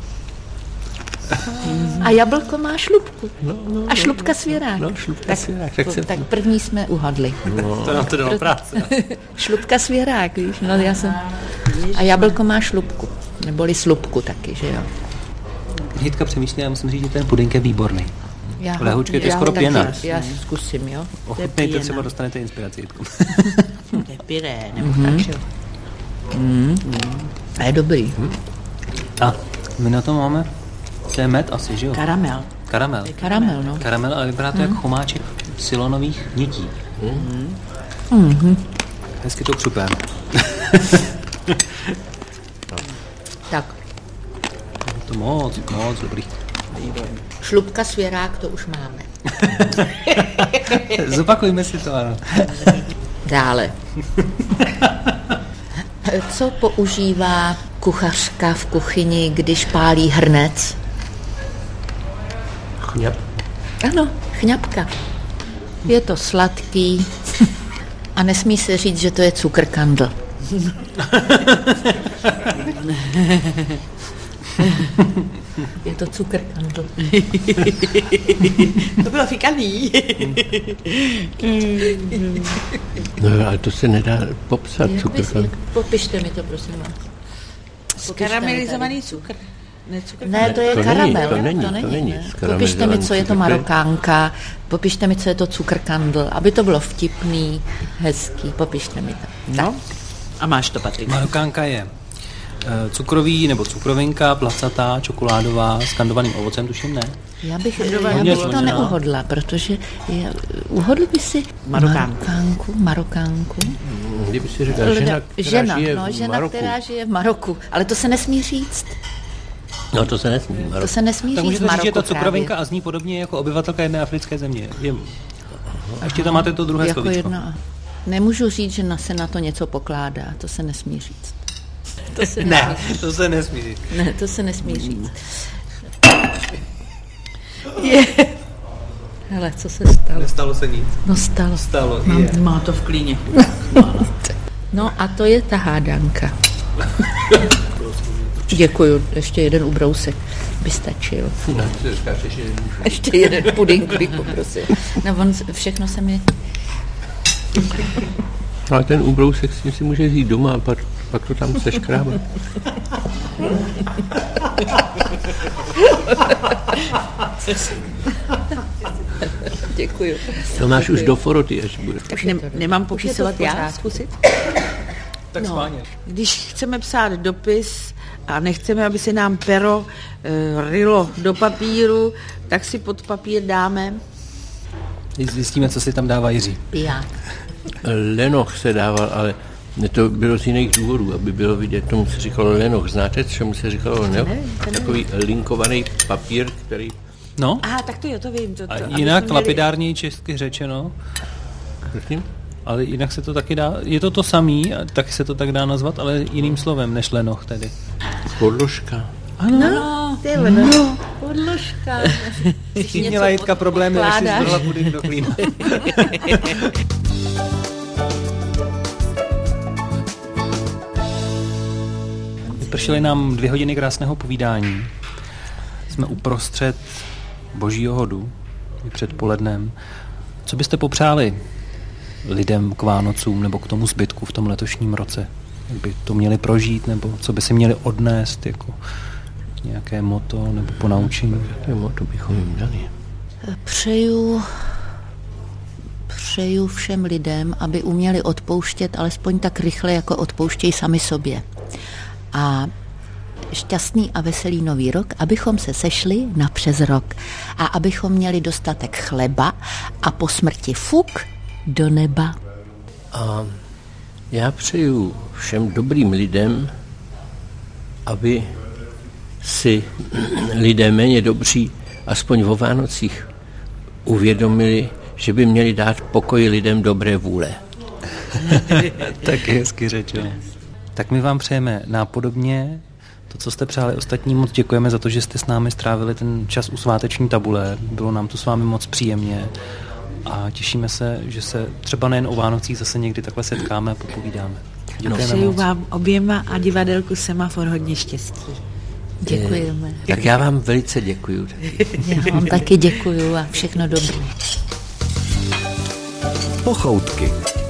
Speaker 4: A jablko má šlupku. A šlupka svěrák.
Speaker 5: No, šlupka svěrák.
Speaker 4: Tak první jsme uhadli.
Speaker 2: To nám to dalo práce.
Speaker 4: Šlupka svěrák, víš? No, a jablko má šlupku. Neboli slupku taky, že jo?
Speaker 2: Jitka přemýšlí, já musím říct, že ten pudink je výborný. Lehučky, to je skoro pěna.
Speaker 4: Já zkusím, jo?
Speaker 2: Ochutnejte, třeba dostanete inspiraci, Jitko.
Speaker 3: To je pyré, nebo tak, že jo?
Speaker 4: A je dobrý.
Speaker 2: A my na to máme, to je med asi, že jo?
Speaker 3: Karamel.
Speaker 4: Karamel, no.
Speaker 2: Karamel, ale vypadá to jako chomáček silonových nití. Hezky to křupeme.
Speaker 4: Tak.
Speaker 2: To moc dobrý.
Speaker 4: Šlupka svěrák, to už máme.
Speaker 2: Zopakujme si to, ano.
Speaker 4: Dále. Co používá kuchařka v kuchyni, když pálí hrnec?
Speaker 5: Chňap.
Speaker 4: Ano, chňapka. Je to sladký a nesmí se říct, že to je cukrkandl. Je to cukrkandl.
Speaker 3: To bylo fikaný.
Speaker 5: No, ale to se nedá popsat, cukrkandl.
Speaker 4: Popište mi to, prosím vás.
Speaker 3: Skaramelizovaný cukr.
Speaker 4: Ne, to je karamel.
Speaker 5: To není.
Speaker 4: Popište mi, co je to marokánka, popište mi, co je to cukrkandl, aby to bylo vtipný, hezký, popište mi to.
Speaker 3: No, a máš to, Patrik.
Speaker 2: Marokánka je cukrový nebo cukrovinka, placatá, čokoládová, s kandovaným ovocem, tuším, ne?
Speaker 4: Já bych to neuhodla, protože uhodl by si Marokánku.
Speaker 5: Kdyby si řekla žena,
Speaker 4: která žije v Maroku, ale to se nesmí říct.
Speaker 5: No, to se nesmí.
Speaker 4: To se nesmí
Speaker 2: tak
Speaker 4: říct
Speaker 2: můžete říct, že je to cukrovinka
Speaker 4: právě.
Speaker 2: a zní podobně jako obyvatelka jedné africké země. A ještě tam máte to druhé
Speaker 4: jako
Speaker 2: slovíčko.
Speaker 4: Nemůžu říct, že se na to něco pokládá, to se nesmí říct.
Speaker 2: To se nesmí říct.
Speaker 4: Ne, to se nesmí říct. Hele, co se stalo?
Speaker 2: Nestalo se nic.
Speaker 4: No stalo.
Speaker 3: Má to v klíně.
Speaker 4: No a to je ta hádanka. Děkuju, ještě jeden ubrousek by stačil. Ještě jeden pudink bych poprosil. No on, všechno se mi...
Speaker 5: Ale ten ubrousek s tím si může jít doma a pak to tam seškrábat.
Speaker 4: Děkuju.
Speaker 5: To máš už do foroty, až bude.
Speaker 3: Tak nemám popisovat já, zkusit?
Speaker 2: Tak schválně.
Speaker 3: Když chceme psát dopis a nechceme, aby se nám pero rylo do papíru, tak si pod papír dáme...
Speaker 2: Zjistíme, co si tam dává Jiří.
Speaker 4: Já.
Speaker 5: Lenoch se dával, ale to bylo z jiných důvodů, aby bylo vidět, tomu se říkalo lenoch. Znáte, čemu se říkalo lenoch? Takový linkovaný papír, který...
Speaker 2: No?
Speaker 3: Tak to vím.
Speaker 2: A jinak lapidárněji česky řečeno.
Speaker 5: Prosím?
Speaker 2: Ale jinak se to taky dá, je to to samý, tak se to tak dá nazvat, ale jiným slovem než lenoch tedy.
Speaker 5: Podložka.
Speaker 4: Ano, ty lenoch. Podložka.
Speaker 2: Měla Jitka problémy, než si zvrhla pudink do klína. Vypršely nám 2 hodiny krásného povídání. Jsme uprostřed Božího hodu, před polednem. Co byste popřáli lidem k Vánocům nebo k tomu zbytku v tom letošním roce? Jak by to měli prožít, nebo co by si měli odnést jako nějaké motto nebo ponaučení?
Speaker 5: Jaké motto bychom jim dali?
Speaker 4: Přeju všem lidem, aby uměli odpouštět alespoň tak rychle, jako odpouštějí sami sobě. A šťastný a veselý nový rok, abychom se sešli na přes rok a abychom měli dostatek chleba a po smrti fuk do neba.
Speaker 5: A já přeju všem dobrým lidem, aby si lidé méně dobří aspoň o Vánocích uvědomili, že by měli dát pokoj lidem dobré vůle.
Speaker 2: Tak je hezky řečeno. Tak my vám přejeme nápodobně to, co jste přáli ostatním. Moc děkujeme za to, že jste s námi strávili ten čas u sváteční tabule. Bylo nám to s vámi moc příjemně a těšíme se, že se třeba nejen o Vánocích zase někdy takhle setkáme a popovídáme. Děkujeme
Speaker 3: Přeju
Speaker 2: moc.
Speaker 3: vám oběma a divadelku Semafor hodně štěstí.
Speaker 4: Děkujeme.
Speaker 5: Tak já vám velice děkuju.
Speaker 4: Já vám taky děkuju a všechno dobré.
Speaker 1: Pochoutky.